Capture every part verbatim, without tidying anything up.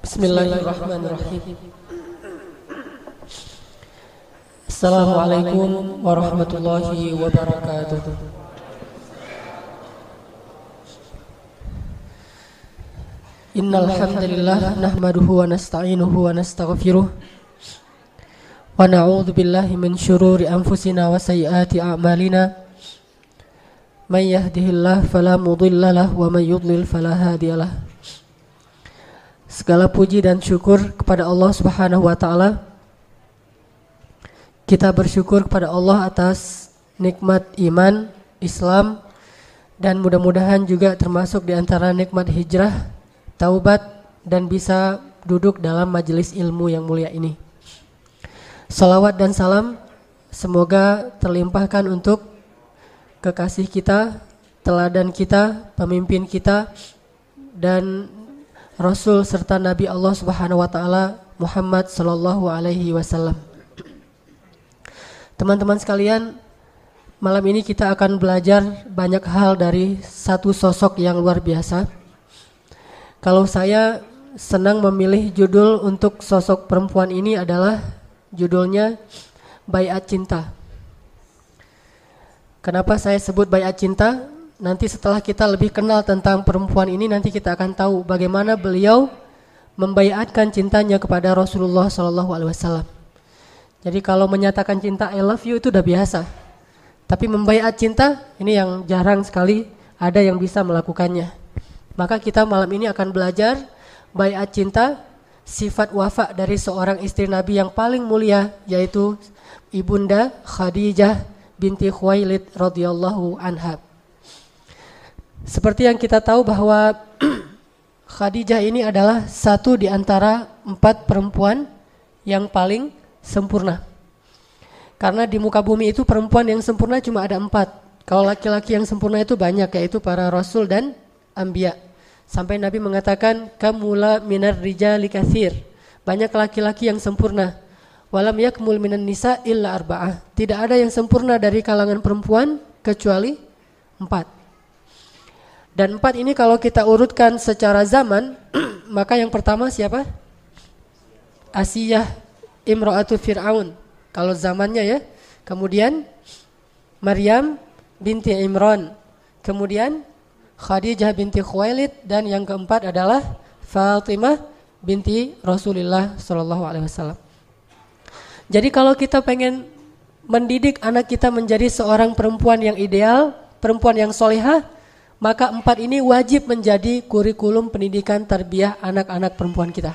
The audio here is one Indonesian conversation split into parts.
Bismillahirrahmanirrahim. Assalamualaikum warahmatullahi wabarakatuh. Innal hamdalillah nahmaduhu wa nasta'inuhu wa nastaghfiruh wa na'udzu billahi min syururi anfusina wa sayyiati a'malina. May yahdihillahu fala mudilla lahu wa may yudlil fala hadiyalah. Segala puji dan syukur kepada Allah Subhanahu wa taala. Kita bersyukur kepada Allah atas nikmat iman, Islam, dan mudah-mudahan juga termasuk di antara nikmat hijrah, taubat, dan bisa duduk dalam majelis ilmu yang mulia ini. Salawat dan salam semoga terlimpahkan untuk kekasih kita, teladan kita, pemimpin kita, dan Rasul serta Nabi Allah Subhanahu wa taala Muhammad sallallahu alaihi wasallam. Teman-teman sekalian, malam ini kita akan belajar banyak hal dari satu sosok yang luar biasa. Kalau saya senang memilih judul untuk sosok perempuan ini adalah judulnya Baiat Cinta. Kenapa saya sebut baiat cinta? Nanti setelah kita lebih kenal tentang perempuan ini, nanti kita akan tahu bagaimana beliau membaiatkan cintanya kepada Rasulullah shallallahu alaihi wasallam. Jadi kalau menyatakan cinta I love you itu udah biasa. Tapi membaiat cinta ini yang jarang sekali ada yang bisa melakukannya. Maka kita malam ini akan belajar baiat cinta, sifat wafa dari seorang istri Nabi yang paling mulia, yaitu Ibunda Khadijah binti Khuwailid radhiyallahu anha. Seperti yang kita tahu bahwa Khadijah ini adalah satu di antara empat perempuan yang paling sempurna. Karena di muka bumi itu perempuan yang sempurna cuma ada empat. Kalau laki-laki yang sempurna itu banyak, yaitu para rasul dan anbiya. Sampai Nabi mengatakan kamula minar rijali katsir. Banyak laki-laki yang sempurna. Walam yakmul minan nisa illa arba'ah. Tidak ada yang sempurna dari kalangan perempuan kecuali empat. Dan empat ini kalau kita urutkan secara zaman, maka yang pertama siapa? Asiyah imra'atu Fir'aun. Kalau zamannya ya. Kemudian Maryam binti Imran. Kemudian Khadijah binti Khuwailid. Dan yang keempat adalah Fatimah binti Rasulullah sallallahu alaihi wasallam. Jadi kalau kita pengen mendidik anak kita menjadi seorang perempuan yang ideal, perempuan yang solehah, maka empat ini wajib menjadi kurikulum pendidikan tarbiyah anak-anak perempuan kita.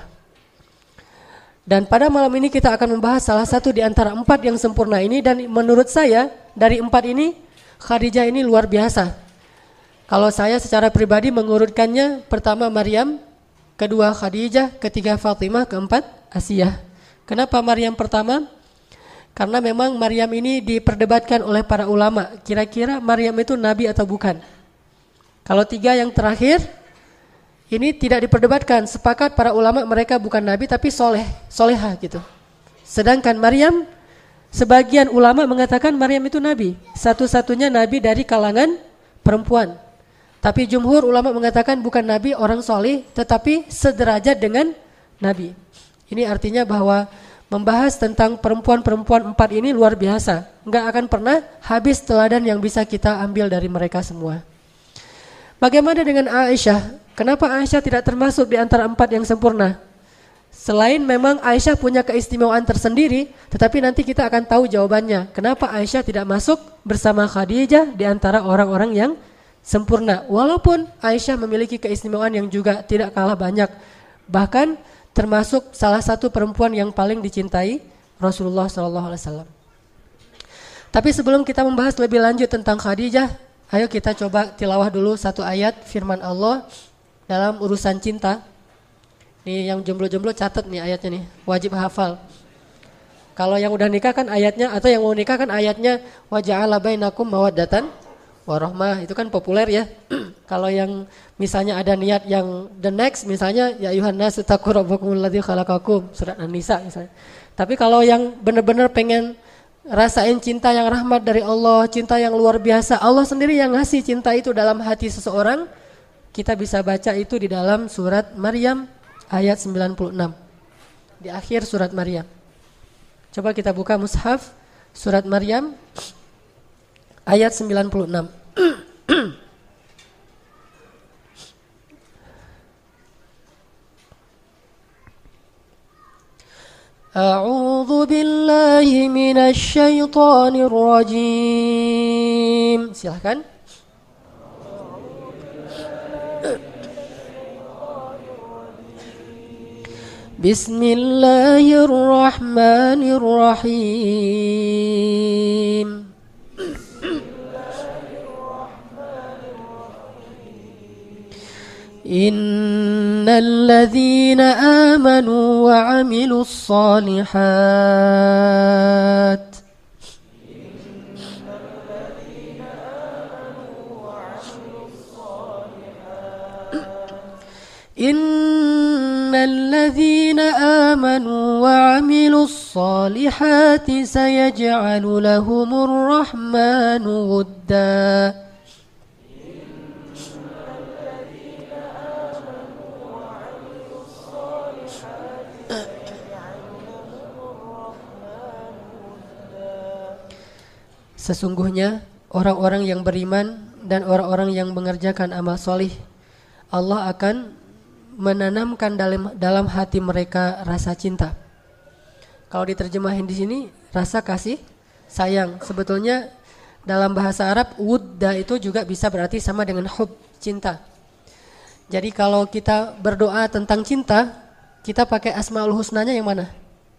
Dan pada malam ini kita akan membahas salah satu di antara empat yang sempurna ini. Dan menurut saya dari empat ini Khadijah ini luar biasa. Kalau saya secara pribadi mengurutkannya, pertama Maryam, kedua Khadijah, ketiga Fatimah, keempat Asiyah. Kenapa Maryam pertama? Karena memang Maryam ini diperdebatkan oleh para ulama. Kira-kira Maryam itu nabi atau bukan? Kalau tiga yang terakhir, ini tidak diperdebatkan. Sepakat para ulama mereka bukan nabi tapi soleh, solehah gitu. Sedangkan Maryam, sebagian ulama mengatakan Maryam itu nabi. Satu-satunya nabi dari kalangan perempuan. Tapi jumhur ulama mengatakan bukan nabi, orang soleh, tetapi sederajat dengan nabi. Ini artinya bahwa membahas tentang perempuan-perempuan empat ini luar biasa. Enggak akan pernah habis teladan yang bisa kita ambil dari mereka semua. Bagaimana dengan Aisyah? Kenapa Aisyah tidak termasuk di antara empat yang sempurna? Selain memang Aisyah punya keistimewaan tersendiri, tetapi nanti kita akan tahu jawabannya. Kenapa Aisyah tidak masuk bersama Khadijah di antara orang-orang yang sempurna? Walaupun Aisyah memiliki keistimewaan yang juga tidak kalah banyak. Bahkan termasuk salah satu perempuan yang paling dicintai Rasulullah shallallahu alaihi wasallam. Tapi sebelum kita membahas lebih lanjut tentang Khadijah, ayo kita coba tilawah dulu satu ayat firman Allah dalam urusan cinta. Nih yang jomblo-jomblo catat nih ayatnya nih, wajib hafal. Kalau yang udah nikah kan ayatnya, atau yang mau nikah kan ayatnya wa ja'ala bainakum mawaddatan warahmah, itu kan populer ya. Kalau yang misalnya ada niat yang the next, misalnya ya ayuhan nasu taqu rabbakumul ladzi khalaqakum, surat An-Nisa misalnya. Tapi kalau yang benar-benar pengen rasain cinta yang rahmat dari Allah, cinta yang luar biasa, Allah sendiri yang ngasih cinta itu dalam hati seseorang, kita bisa baca itu di dalam surat Maryam ayat sembilan puluh enam. Di akhir surat Maryam. Coba kita buka mushaf surat Maryam ayat sembilan puluh enam. A'udzu billahi minasy syaithanir rajim. Silakan. Bismillahirrahmanirrahim. Innal ladzina amanu wa 'amilus shalihat Innal ladzina amanu wa 'amilus shalihati sayaj'alu lahumur rahmanu wudda. Sesungguhnya orang-orang yang beriman dan orang-orang yang mengerjakan amal solih, Allah akan menanamkan dalam dalam hati mereka rasa cinta. Kalau diterjemahin di sini rasa kasih sayang. Sebetulnya dalam bahasa Arab wudda itu juga bisa berarti sama dengan hub, cinta. Jadi kalau kita berdoa tentang cinta, kita pakai Asmaul Husnanya yang mana?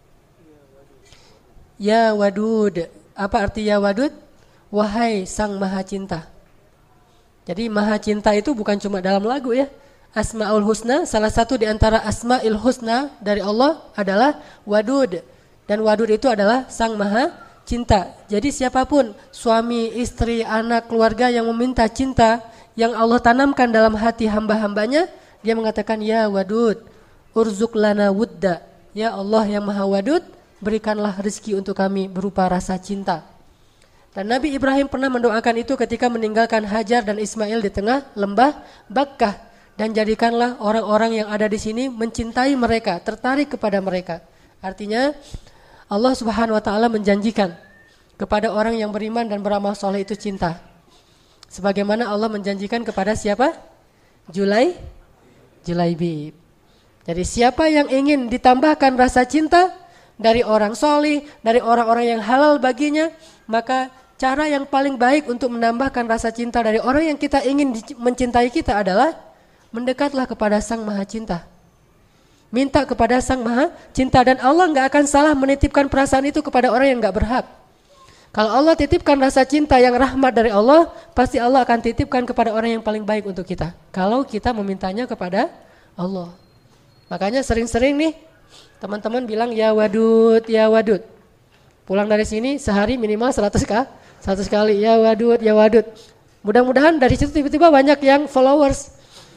Ya Wadud. Apa arti ya Wadud? Wahai Sang Maha Cinta. Jadi Maha Cinta itu bukan cuma dalam lagu ya. Asmaul Husna, salah satu di antara Asmaul Husna dari Allah adalah Wadud. Dan Wadud itu adalah Sang Maha Cinta. Jadi siapapun, suami, istri, anak, keluarga yang meminta cinta yang Allah tanamkan dalam hati hamba-hambanya, dia mengatakan ya Wadud, urzuq lana wudda. Ya Allah yang Maha Wadud, berikanlah rezeki untuk kami berupa rasa cinta. Dan Nabi Ibrahim pernah mendoakan itu ketika meninggalkan Hajar dan Ismail di tengah lembah Bakkah. Dan jadikanlah orang-orang yang ada di sini mencintai mereka, tertarik kepada mereka. Artinya Allah Subhanahu wa taala menjanjikan kepada orang yang beriman dan beramal soleh itu cinta. Sebagaimana Allah menjanjikan kepada siapa? Julai Julaibib. Jadi siapa yang ingin ditambahkan rasa cinta dari orang soleh, dari orang-orang yang halal baginya, maka cara yang paling baik untuk menambahkan rasa cinta dari orang yang kita ingin mencintai kita adalah mendekatlah kepada Sang Maha Cinta. Minta kepada Sang Maha Cinta, dan Allah gak akan salah menitipkan perasaan itu kepada orang yang gak berhak. Kalau Allah titipkan rasa cinta yang rahmat dari Allah, pasti Allah akan titipkan kepada orang yang paling baik untuk kita. Kalau kita memintanya kepada Allah. Makanya sering-sering nih teman-teman bilang ya Wadud, ya Wadud. Pulang dari sini sehari minimal seratus kali ya Wadud, ya Wadud. Mudah-mudahan dari situ tiba-tiba banyak yang followers.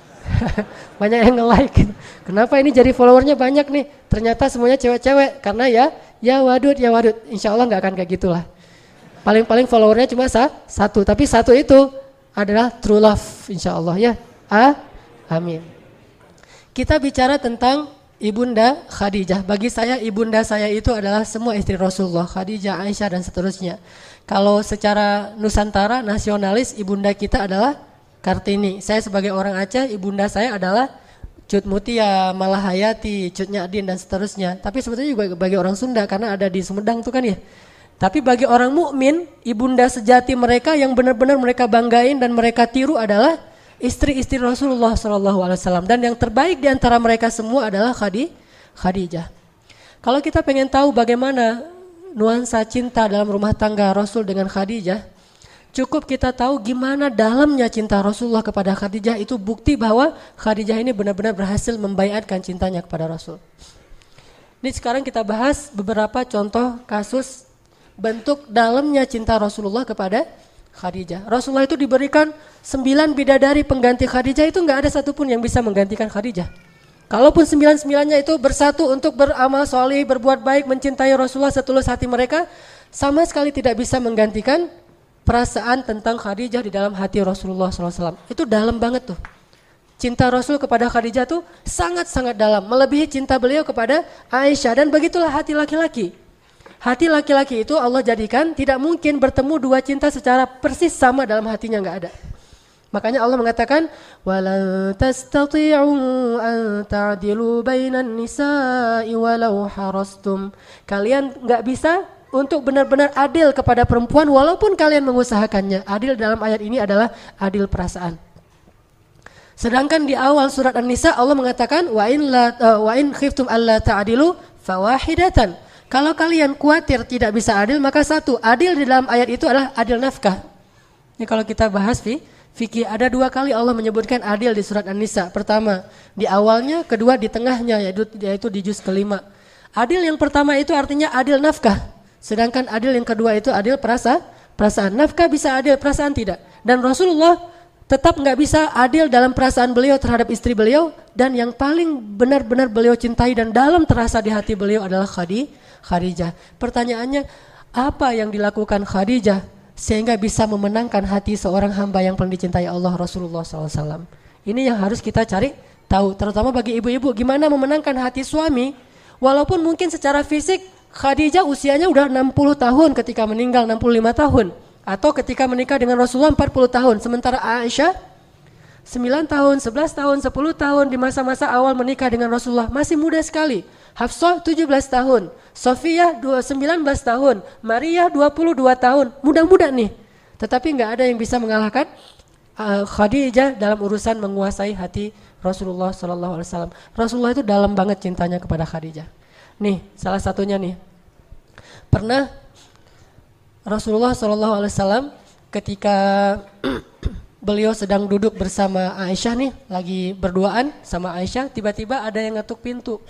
Banyak yang nge-like. Kenapa ini jadi followernya banyak nih? Ternyata semuanya cewek-cewek karena ya ya Wadud, ya Wadud. Insya Allah gak akan kayak gitulah. Paling-paling followernya cuma sah, satu, tapi satu itu adalah true love, insya Allah ya. Ah, amin. Kita bicara tentang Ibunda Khadijah. Bagi saya ibunda saya itu adalah semua istri Rasulullah, Khadijah, Aisyah dan seterusnya. Kalau secara Nusantara nasionalis, ibunda kita adalah Kartini. Saya sebagai orang Aceh, ibunda saya adalah Cut Mutia, Malahayati, Cut Nyadin dan seterusnya. Tapi sebetulnya juga bagi orang Sunda karena ada di Sumedang tuh kan ya. Tapi bagi orang mukmin, ibunda sejati mereka yang benar-benar mereka banggain dan mereka tiru adalah istri-istri Rasulullah shallallahu alaihi wasallam. Dan yang terbaik di antara mereka semua adalah Khadijah. Kalau kita pengen tahu bagaimana nuansa cinta dalam rumah tangga Rasul dengan Khadijah, cukup kita tahu gimana dalamnya cinta Rasulullah kepada Khadijah. Itu bukti bahwa Khadijah ini benar-benar berhasil membaiatkan cintanya kepada Rasul. Ini sekarang kita bahas beberapa contoh kasus bentuk dalamnya cinta Rasulullah kepada Khadijah. Rasulullah itu diberikan sembilan bidadari pengganti Khadijah, itu gak ada satupun yang bisa menggantikan Khadijah. Kalaupun sembilan-sembilannya itu bersatu untuk beramal soleh, berbuat baik, mencintai Rasulullah setulus hati mereka, sama sekali tidak bisa menggantikan perasaan tentang Khadijah di dalam hati Rasulullah shallallahu alaihi wasallam. Itu dalam banget tuh. cinta Rasul kepada Khadijah tuh sangat-sangat dalam, melebihi cinta beliau kepada Aisyah. Dan begitulah hati laki-laki. Hati laki-laki itu Allah jadikan tidak mungkin bertemu dua cinta secara persis sama dalam hatinya, nggak ada. Makanya Allah mengatakan, "Walan tastati'u an ta'dilu bainan nisa'i walau harastum." Kalian nggak bisa untuk benar-benar adil kepada perempuan walaupun kalian mengusahakannya. Adil dalam ayat ini adalah adil perasaan. Sedangkan di awal surat An-Nisa Allah mengatakan, "Wa in la uh, wa in khiftum alla ta'dilu fawahidatan." Kalau kalian khawatir tidak bisa adil, maka satu, adil di dalam ayat itu adalah adil nafkah. Ini kalau kita bahas fi, fikih, ada dua kali Allah menyebutkan adil di surat An-Nisa. Pertama, di awalnya, kedua di tengahnya, yaitu, yaitu di juz kelima. Adil yang pertama itu artinya adil nafkah. Sedangkan adil yang kedua itu adil perasa, perasaan. Nafkah bisa adil, perasaan tidak. Dan Rasulullah tetap nggak bisa adil dalam perasaan beliau terhadap istri beliau. Dan yang paling benar-benar beliau cintai dan dalam terasa di hati beliau adalah Khadijah. Khadijah. Pertanyaannya, apa yang dilakukan Khadijah sehingga bisa memenangkan hati seorang hamba yang paling dicintai Allah, Rasulullah shallallahu alaihi wasallam? Ini yang harus kita cari tahu, terutama bagi ibu-ibu, gimana memenangkan hati suami. Walaupun mungkin secara fisik Khadijah usianya udah enam puluh tahun ketika meninggal, enam puluh lima tahun. Atau ketika menikah dengan Rasulullah empat puluh tahun. Sementara Aisyah sembilan tahun, sebelas tahun, sepuluh tahun di masa-masa awal menikah dengan Rasulullah. Masih muda sekali. Hafsah tujuh belas tahun, Sofiyah sembilan belas tahun, Maria dua puluh dua tahun, muda-muda nih. Tetapi nggak ada yang bisa mengalahkan uh, Khadijah dalam urusan menguasai hati Rasulullah Sallallahu Alaihi Wasallam. Rasulullah itu dalam banget cintanya kepada Khadijah. Nih, salah satunya nih, pernah Rasulullah Sallallahu Alaihi Wasallam ketika beliau sedang duduk bersama Aisyah nih, lagi berduaan sama Aisyah, tiba-tiba ada yang ngetuk pintu.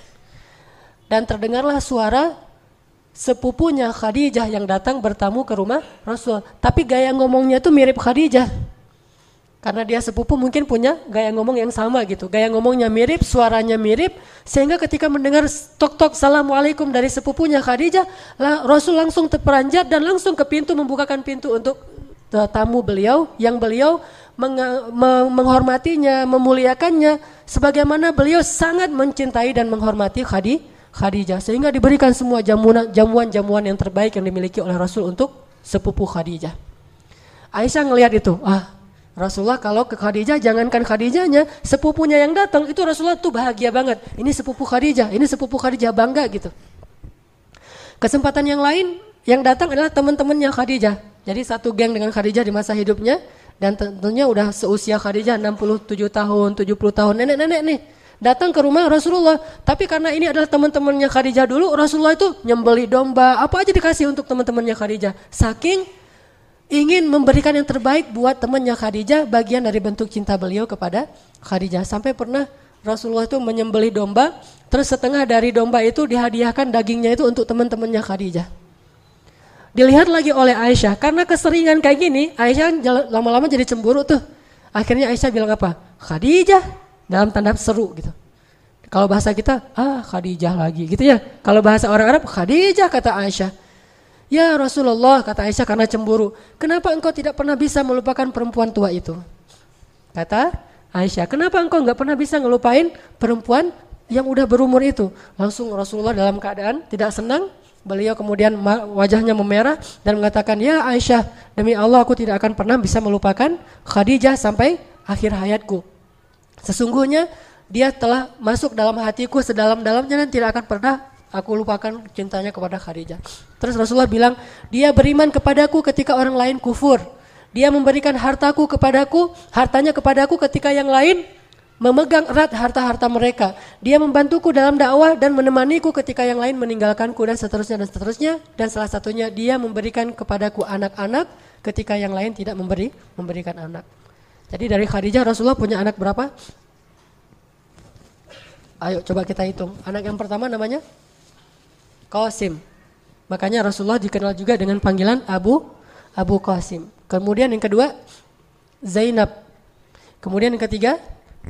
Dan terdengarlah suara sepupunya Khadijah yang datang bertamu ke rumah Rasul. Tapi gaya ngomongnya itu mirip Khadijah. Karena dia sepupu mungkin punya gaya ngomong yang sama gitu. Gaya ngomongnya mirip, suaranya mirip. Sehingga ketika mendengar tok-tok Assalamualaikum dari sepupunya Khadijah, Rasul langsung terperanjat dan langsung ke pintu membukakan pintu untuk tamu beliau. Yang beliau meng- menghormatinya, memuliakannya. Sebagaimana beliau sangat mencintai dan menghormati Khadijah. Khadijah, sehingga diberikan semua jamuan-jamuan yang terbaik yang dimiliki oleh Rasul untuk sepupu Khadijah. Aisyah ngelihat itu, ah Rasulullah kalau ke Khadijah, jangankan Khadijahnya, sepupunya yang datang itu Rasulullah tuh bahagia banget. Ini sepupu Khadijah, ini sepupu Khadijah, bangga gitu. Kesempatan yang lain yang datang adalah teman-temannya Khadijah. Jadi satu geng dengan Khadijah di masa hidupnya, dan tentunya udah seusia Khadijah enam puluh tujuh tahun, tujuh puluh tahun, nenek-nenek nih. Datang ke rumah Rasulullah, tapi karena ini adalah teman-temannya Khadijah dulu, Rasulullah itu nyembeli domba, apa aja dikasih untuk teman-temannya Khadijah. Saking ingin memberikan yang terbaik buat temannya Khadijah, bagian dari bentuk cinta beliau kepada Khadijah. Sampai pernah Rasulullah itu menyembeli domba, terus setengah dari domba itu dihadiahkan dagingnya itu untuk teman-temannya Khadijah. Dilihat lagi oleh Aisyah, karena keseringan kayak gini, Aisyah lama-lama jadi cemburu tuh. Akhirnya Aisyah bilang apa? Khadijah. Dalam tanda seru gitu. Kalau bahasa kita, ah Khadijah lagi gitu ya. Kalau bahasa orang Arab, Khadijah kata Aisyah. Ya Rasulullah kata Aisyah karena cemburu. Kenapa engkau tidak pernah bisa melupakan perempuan tua itu? Kata Aisyah, kenapa engkau enggak pernah bisa ngelupain perempuan yang udah berumur itu? Langsung Rasulullah dalam keadaan tidak senang. Beliau kemudian wajahnya memerah dan mengatakan, ya Aisyah, demi Allah aku tidak akan pernah bisa melupakan Khadijah sampai akhir hayatku. Sesungguhnya dia telah masuk dalam hatiku sedalam-dalamnya dan tidak akan pernah aku lupakan cintanya kepada Khadijah. Terus Rasulullah bilang, dia beriman kepadaku ketika orang lain kufur. Dia memberikan hartaku kepadaku, hartanya kepadaku ketika yang lain memegang erat harta-harta mereka. Dia membantuku dalam dakwah dan menemaniku ketika yang lain meninggalkanku dan seterusnya dan seterusnya. Dan salah satunya dia memberikan kepadaku anak-anak ketika yang lain tidak memberi memberikan anak. Jadi dari Khadijah Rasulullah punya anak berapa? Ayo coba kita hitung. Anak yang pertama namanya Qasim. Makanya Rasulullah dikenal juga dengan panggilan Abu Abu Qasim. Kemudian yang kedua Zainab. Kemudian yang ketiga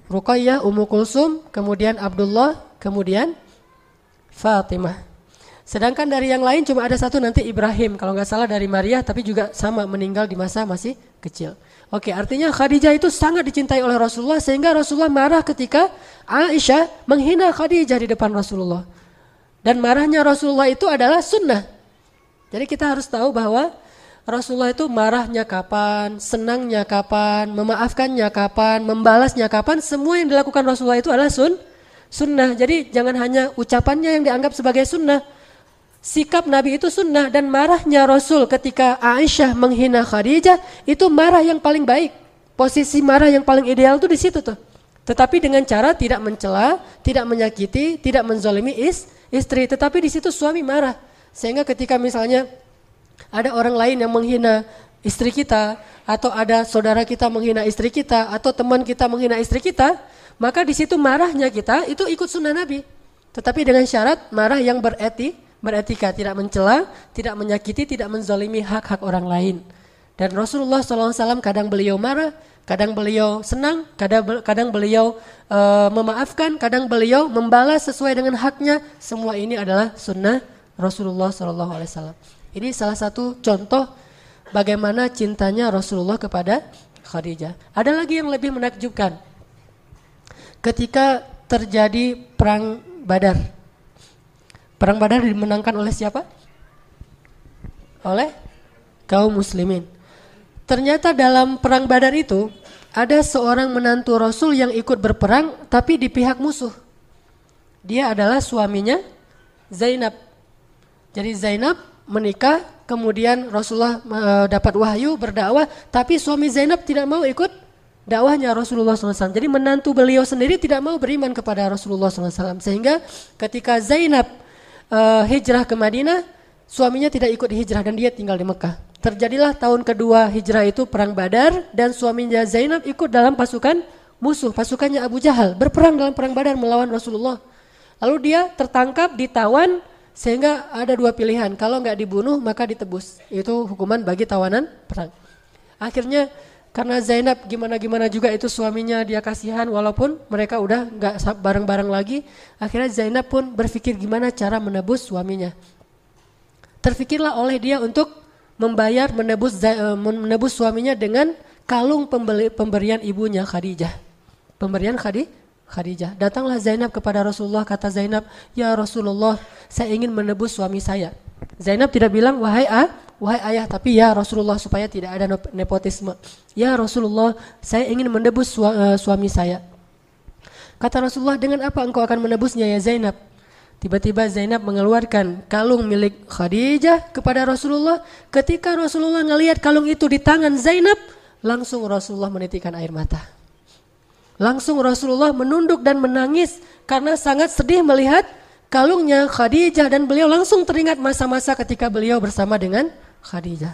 Ruqayyah, Ummu Kulsum, kemudian Abdullah, kemudian Fatimah. Sedangkan dari yang lain cuma ada satu nanti Ibrahim, kalau nggak salah dari Maria, tapi juga sama meninggal di masa masih kecil. Oke, artinya Khadijah itu sangat dicintai oleh Rasulullah sehingga Rasulullah marah ketika Aisyah menghina Khadijah di depan Rasulullah. Dan marahnya Rasulullah itu adalah sunnah. Jadi kita harus tahu bahwa Rasulullah itu marahnya kapan, senangnya kapan, memaafkannya kapan, membalasnya kapan, semua yang dilakukan Rasulullah itu adalah sun, sunnah. Jadi jangan hanya ucapannya yang dianggap sebagai sunnah. Sikap Nabi itu sunnah, dan marahnya Rasul ketika Aisyah menghina Khadijah itu marah yang paling baik. Posisi marah yang paling ideal itu di situ tuh. Tetapi dengan cara tidak mencela, tidak menyakiti, tidak menzalimi is, istri. Tetapi di situ suami marah. Sehingga ketika misalnya ada orang lain yang menghina istri kita, atau ada saudara kita menghina istri kita, atau teman kita menghina istri kita, maka di situ marahnya kita itu ikut sunnah Nabi. Tetapi dengan syarat marah yang bereti. Beretika, tidak mencela, tidak menyakiti, tidak menzalimi hak-hak orang lain. Dan Rasulullah shallallahu alaihi wasallam kadang beliau marah, kadang beliau senang, kadang, kadang beliau uh, memaafkan, kadang beliau membalas sesuai dengan haknya. Semua ini adalah sunnah Rasulullah shallallahu alaihi wasallam. Ini salah satu contoh bagaimana cintanya Rasulullah kepada Khadijah. Ada lagi yang lebih menakjubkan. Ketika terjadi perang Badar. Perang Badar dimenangkan oleh siapa? Oleh kaum muslimin. Ternyata dalam perang Badar itu ada seorang menantu Rasul yang ikut berperang tapi di pihak musuh. Dia adalah suaminya Zainab. Jadi Zainab menikah, kemudian Rasulullah e, dapat wahyu berdakwah, tapi suami Zainab tidak mau ikut dakwahnya Rasulullah shallallahu alaihi wasallam. Jadi menantu beliau sendiri tidak mau beriman kepada Rasulullah shallallahu alaihi wasallam. Sehingga ketika Zainab Uh, hijrah ke Madinah, suaminya tidak ikut hijrah dan dia tinggal di Mekah. Terjadilah tahun kedua hijrah itu perang Badar, dan suaminya Zainab ikut dalam pasukan musuh, pasukannya Abu Jahal, berperang dalam perang Badar melawan Rasulullah. Lalu dia tertangkap, ditawan, sehingga ada dua pilihan, kalau nggak dibunuh maka ditebus. Itu hukuman bagi tawanan perang. Akhirnya karena Zainab gimana-gimana juga itu suaminya dia kasihan, walaupun mereka udah gak bareng-bareng lagi. Akhirnya Zainab pun berpikir gimana cara menebus suaminya. Terfikirlah oleh dia untuk membayar menebus menebus suaminya dengan kalung pembeli, pemberian ibunya Khadijah. Pemberian Khadi, Khadijah. Datanglah Zainab kepada Rasulullah, kata Zainab, "Ya Rasulullah, saya ingin menebus suami saya." Zainab tidak bilang wahai ah, wahai ayah, tapi ya Rasulullah, supaya tidak ada nepotisme. Ya Rasulullah, saya ingin menebus su- uh, suami saya. Kata Rasulullah, dengan apa engkau akan menebusnya ya Zainab? Tiba-tiba Zainab mengeluarkan kalung milik Khadijah kepada Rasulullah. Ketika Rasulullah ngelihat kalung itu di tangan Zainab, langsung Rasulullah menitikkan air mata. Langsung Rasulullah menunduk dan menangis karena sangat sedih melihat kalungnya Khadijah, dan beliau langsung teringat masa-masa ketika beliau bersama dengan Khadijah.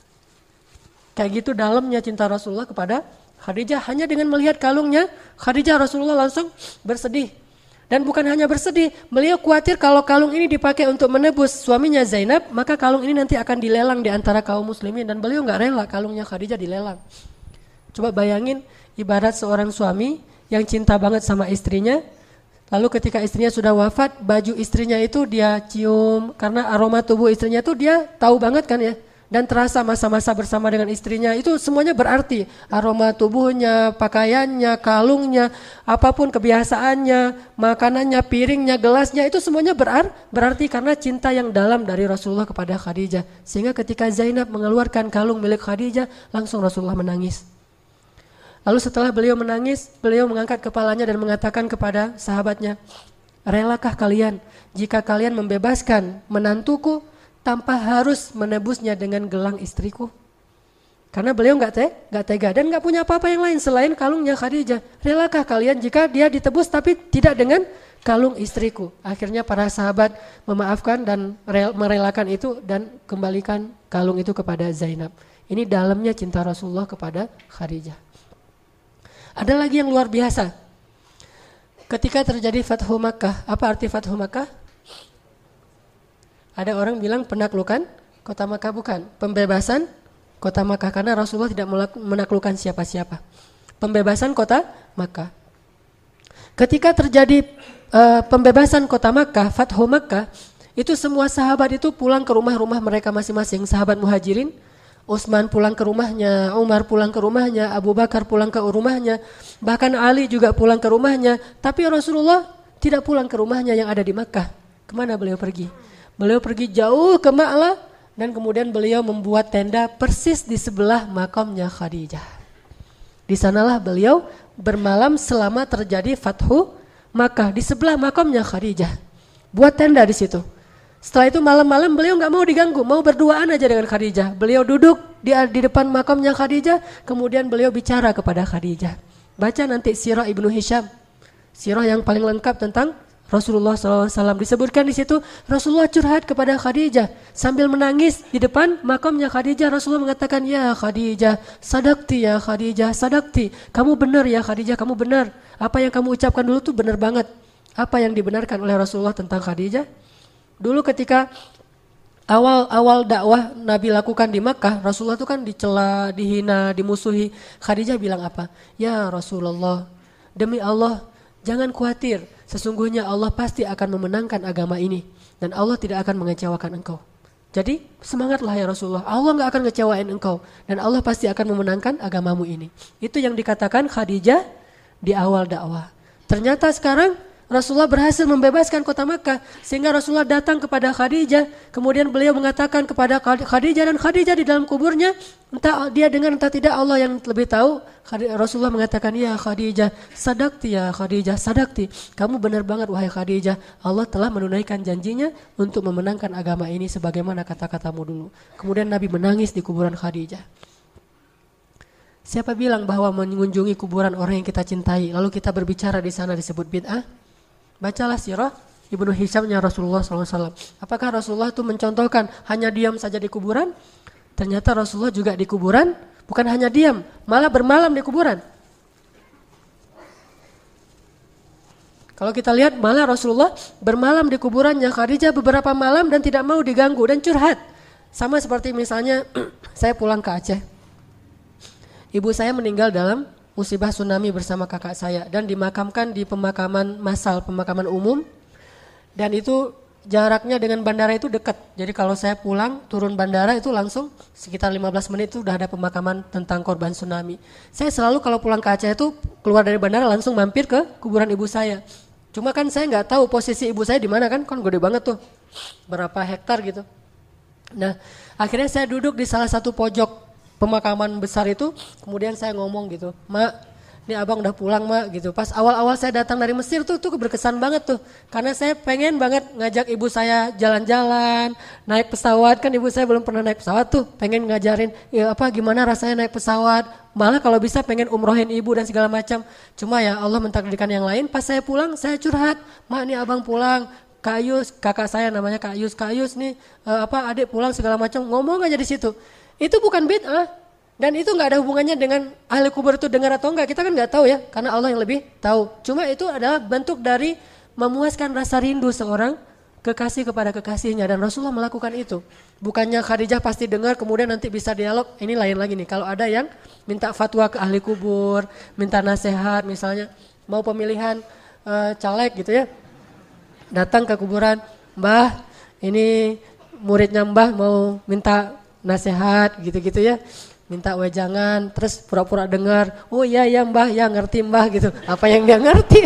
Kayak gitu dalamnya cinta Rasulullah kepada Khadijah. Hanya dengan melihat kalungnya Khadijah, Rasulullah langsung bersedih. Dan bukan hanya bersedih, beliau khawatir kalau kalung ini dipakai untuk menebus suaminya Zainab, maka kalung ini nanti akan dilelang di antara kaum muslimin, dan beliau gak rela kalungnya Khadijah dilelang. Coba bayangin, ibarat seorang suami yang cinta banget sama istrinya, lalu ketika istrinya sudah wafat, baju istrinya itu dia cium, karena aroma tubuh istrinya itu dia tahu banget kan ya. Dan terasa masa-masa bersama dengan istrinya, itu semuanya berarti. Aroma tubuhnya, pakaiannya, kalungnya, apapun kebiasaannya, makanannya, piringnya, gelasnya, itu semuanya berar, berarti karena cinta yang dalam dari Rasulullah kepada Khadijah. Sehingga ketika Zainab mengeluarkan kalung milik Khadijah, langsung Rasulullah menangis. Lalu setelah beliau menangis, beliau mengangkat kepalanya dan mengatakan kepada sahabatnya, "Relakah kalian jika kalian membebaskan menantuku tanpa harus menebusnya dengan gelang istriku?" Karena beliau nggak te, nggak tega dan nggak punya apa-apa yang lain selain kalungnya Khadijah. Relakah kalian jika dia ditebus tapi tidak dengan kalung istriku? Akhirnya para sahabat memaafkan dan merelakan itu dan kembalikan kalung itu kepada Zainab. Ini dalamnya cinta Rasulullah kepada Khadijah. Ada lagi yang luar biasa. Ketika terjadi Fathu Makkah, apa arti Fathu Makkah? Ada orang bilang penaklukan kota Makkah, bukan. Pembebasan kota Makkah, karena Rasulullah tidak menaklukkan siapa-siapa. Pembebasan kota Makkah. Ketika terjadi uh, pembebasan kota Makkah, Fathu Makkah, Itu semua sahabat itu pulang ke rumah-rumah mereka masing-masing. Sahabat Muhajirin, Utsman pulang ke rumahnya, Umar pulang ke rumahnya, Abu Bakar pulang ke rumahnya, bahkan Ali juga pulang ke rumahnya. Tapi Rasulullah tidak pulang ke rumahnya yang ada di Makkah. Kemana beliau pergi? Beliau pergi jauh ke Ma'la dan kemudian beliau membuat tenda persis di sebelah makamnya Khadijah. Di sanalah beliau bermalam selama terjadi Fathu Makkah, di sebelah makamnya Khadijah. Buat tenda di situ. Setelah itu malam-malam beliau nggak mau diganggu, mau berduaan aja dengan Khadijah. Beliau duduk di, di depan makamnya Khadijah, kemudian beliau bicara kepada Khadijah. Baca nanti Sirah Ibnu Hisham, sirah yang paling lengkap tentang Rasulullah shallallahu alaihi wasallam. Disebutkan di situ Rasulullah curhat kepada Khadijah sambil menangis di depan makamnya Khadijah. Rasulullah mengatakan, ya Khadijah, sadaqti ya Khadijah, sadaqti. Kamu benar ya Khadijah, kamu benar. Apa yang kamu ucapkan dulu tuh benar banget. Apa yang dibenarkan oleh Rasulullah tentang Khadijah? Dulu ketika awal-awal dakwah Nabi lakukan di Makkah, Rasulullah itu kan dicela, dihina, dimusuhi. Khadijah bilang apa? Ya Rasulullah, demi Allah, jangan khawatir. Sesungguhnya Allah pasti akan memenangkan agama ini. Dan Allah tidak akan mengecewakan engkau. Jadi semangatlah ya Rasulullah. Allah gak akan ngecewain engkau. Dan Allah pasti akan memenangkan agamamu ini. Itu yang dikatakan Khadijah di awal dakwah. Ternyata sekarang Rasulullah berhasil membebaskan kota Makkah sehingga Rasulullah datang kepada Khadijah, kemudian beliau mengatakan kepada Khadijah, dan Khadijah di dalam kuburnya, entah dia dengar entah tidak, Allah yang lebih tahu. Rasulullah mengatakan, ya Khadijah, sadaqti ya Khadijah, sadaqti. Kamu benar banget wahai Khadijah. Allah telah menunaikan janjinya untuk memenangkan agama ini sebagaimana kata-katamu dulu. Kemudian Nabi menangis di kuburan Khadijah. Siapa bilang bahwa mengunjungi kuburan orang yang kita cintai lalu kita berbicara di sana disebut bid'ah? Bacalah sirah Ibnu Hishamnya Rasulullah shallallahu alaihi wasallam. Apakah Rasulullah itu mencontohkan hanya diam saja di kuburan? Ternyata Rasulullah juga di kuburan bukan hanya diam, malah bermalam di kuburan. Kalau kita lihat malah Rasulullah bermalam di kuburannya Khadijah beberapa malam dan tidak mau diganggu dan curhat. Sama seperti misalnya saya pulang ke Aceh. Ibu saya meninggal dalam musibah tsunami bersama kakak saya dan dimakamkan di pemakaman massal, pemakaman umum, dan itu jaraknya dengan bandara itu dekat. Jadi kalau saya pulang turun bandara itu langsung sekitar lima belas menit itu udah ada pemakaman tentang korban tsunami. Saya selalu kalau pulang ke Aceh itu keluar dari bandara langsung mampir ke kuburan ibu saya. Cuma kan saya nggak tahu posisi ibu saya di mana, kan kan gede banget tuh, berapa hektar gitu. Nah akhirnya saya duduk di salah satu pojok pemakaman besar itu, kemudian saya ngomong gitu, Mak, ini abang udah pulang Mak gitu. Pas awal-awal saya datang dari Mesir tuh, tuh berkesan banget tuh, karena saya pengen banget ngajak ibu saya jalan-jalan, naik pesawat, kan ibu saya belum pernah naik pesawat tuh, pengen ngajarin ya apa gimana rasanya naik pesawat, malah kalau bisa pengen umrohin ibu dan segala macam. Cuma ya Allah mentakdirkan yang lain. Pas saya pulang, saya curhat, Mak ini abang pulang, Kak Yus, kakak saya namanya Kak Yus, Kak Yus nih uh, apa adik pulang segala macam, ngomong aja di situ. Itu bukan bid'ah dan itu nggak ada hubungannya dengan ahli kubur itu dengar atau enggak, kita kan nggak tahu ya, karena Allah yang lebih tahu. Cuma itu adalah bentuk dari memuaskan rasa rindu seorang kekasih kepada kekasihnya, dan Rasulullah melakukan itu. Bukannya Khadijah pasti dengar kemudian nanti bisa dialog. Ini lain lagi nih, kalau ada yang minta fatwa ke ahli kubur, minta nasihat misalnya, mau pemilihan uh, caleg gitu ya, datang ke kuburan, Mbah ini muridnya Mbah mau minta nasihat gitu-gitu ya, minta wejangan, terus pura-pura dengar, oh iya ya Mbah, ya ngerti Mbah gitu, apa yang dia ngerti.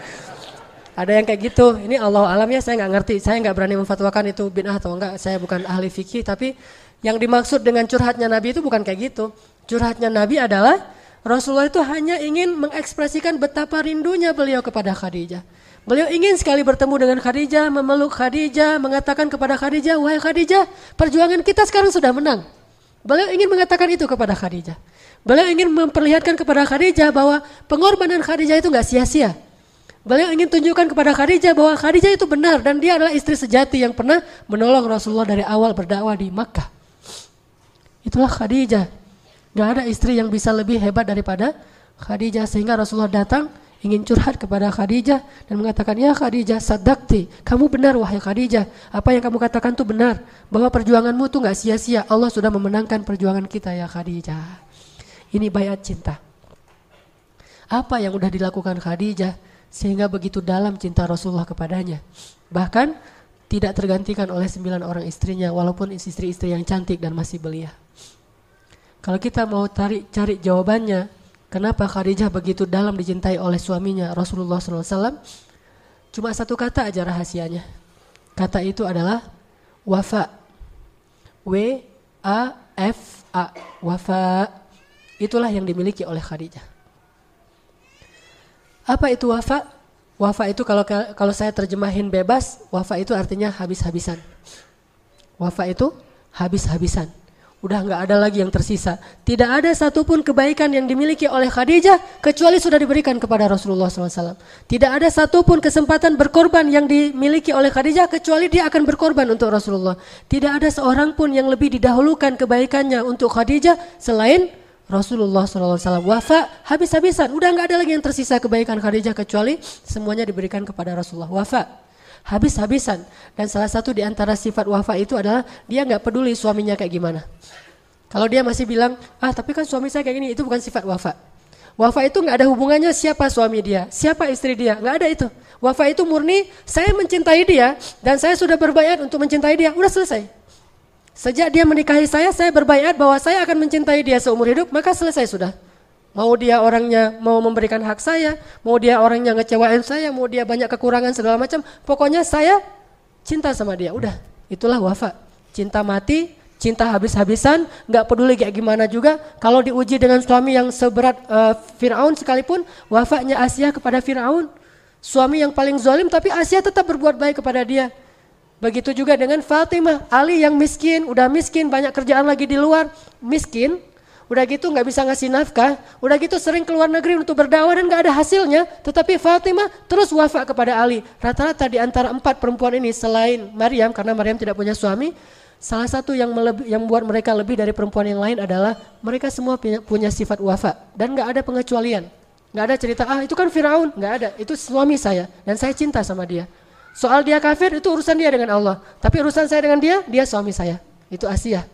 Ada yang kayak gitu. Ini Allah alam ya, saya nggak ngerti, saya nggak berani memfatwakan itu bid'ah atau enggak, saya bukan ahli fikih. Tapi yang dimaksud dengan curhatnya Nabi itu bukan kayak gitu. Curhatnya Nabi adalah Rasulullah itu hanya ingin mengekspresikan betapa rindunya beliau kepada Khadijah. Beliau ingin sekali bertemu dengan Khadijah, memeluk Khadijah, mengatakan kepada Khadijah, wahai Khadijah, perjuangan kita sekarang sudah menang. Beliau ingin mengatakan itu kepada Khadijah. Beliau ingin memperlihatkan kepada Khadijah bahwa pengorbanan Khadijah itu gak sia-sia. Beliau ingin tunjukkan kepada Khadijah bahwa Khadijah itu benar dan dia adalah istri sejati yang pernah menolong Rasulullah dari awal berdakwah di Makkah. Itulah Khadijah. Gak ada istri yang bisa lebih hebat daripada Khadijah, sehingga Rasulullah datang ingin curhat kepada Khadijah dan mengatakan, ya Khadijah, sadaqti, kamu benar wahai Khadijah, apa yang kamu katakan itu benar, bahwa perjuanganmu itu gak sia-sia, Allah sudah memenangkan perjuangan kita ya Khadijah. Ini bayat cinta. Apa yang sudah dilakukan Khadijah sehingga begitu dalam cinta Rasulullah kepadanya. Bahkan tidak tergantikan oleh sembilan orang istrinya, walaupun istri-istri yang cantik dan masih belia. Kalau kita mau cari, cari jawabannya, kenapa Khadijah begitu dalam dicintai oleh suaminya Rasulullah shallallahu alaihi wasallam, cuma satu kata aja rahasianya. Kata itu adalah wafa. W A F A. Wafa. Itulah yang dimiliki oleh Khadijah. Apa itu wafa? Wafa itu kalau kalau saya terjemahin bebas, wafa itu artinya habis-habisan. Wafa itu habis-habisan. Udah nggak ada lagi yang tersisa. Tidak ada satupun kebaikan yang dimiliki oleh Khadijah kecuali sudah diberikan kepada Rasulullah shallallahu alaihi wasallam. Tidak ada satupun kesempatan berkorban yang dimiliki oleh Khadijah kecuali dia akan berkorban untuk Rasulullah. Tidak ada seorang pun yang lebih didahulukan kebaikannya untuk Khadijah selain Rasulullah shallallahu alaihi wasallam. Wafa, habis-habisan. Udah nggak ada lagi yang tersisa kebaikan Khadijah kecuali semuanya diberikan kepada Rasulullah. Wafa, habis-habisan. Dan salah satu di antara sifat wafa itu adalah dia nggak peduli suaminya kayak gimana. Kalau dia masih bilang, ah tapi kan suami saya kayak gini, itu bukan sifat wafa. Wafa itu nggak ada hubungannya siapa suami dia, siapa istri dia, nggak ada itu. Wafa itu murni, saya mencintai dia dan saya sudah berbaiat untuk mencintai dia, udah selesai. Sejak dia menikahi saya, saya berbaiat bahwa saya akan mencintai dia seumur hidup, maka selesai sudah. Mau dia orangnya mau memberikan hak saya, mau dia orangnya ngecewain saya, mau dia banyak kekurangan segala macam, pokoknya saya cinta sama dia, udah. Itulah wafa, cinta mati, cinta habis-habisan, nggak peduli kayak gimana juga. Kalau diuji dengan suami yang seberat uh, Fir'aun sekalipun, wafanya Asia kepada Fir'aun, suami yang paling zalim, tapi Asia tetap berbuat baik kepada dia. Begitu juga dengan Fatimah, Ali yang miskin, udah miskin, banyak kerjaan lagi di luar, miskin, udah gitu nggak bisa ngasih nafkah, udah gitu sering keluar negeri untuk berdakwah dan nggak ada hasilnya, tetapi Fatimah terus wafa kepada Ali. Rata-rata di antara empat perempuan ini selain Maryam, karena Maryam tidak punya suami, salah satu yang melebih, yang buat mereka lebih dari perempuan yang lain adalah mereka semua punya, punya sifat wafa dan nggak ada pengecualian, nggak ada cerita ah itu kan Firaun, nggak ada, itu suami saya dan saya cinta sama dia. Soal dia kafir itu urusan dia dengan Allah, tapi urusan saya dengan dia, dia suami saya. Itu Asia.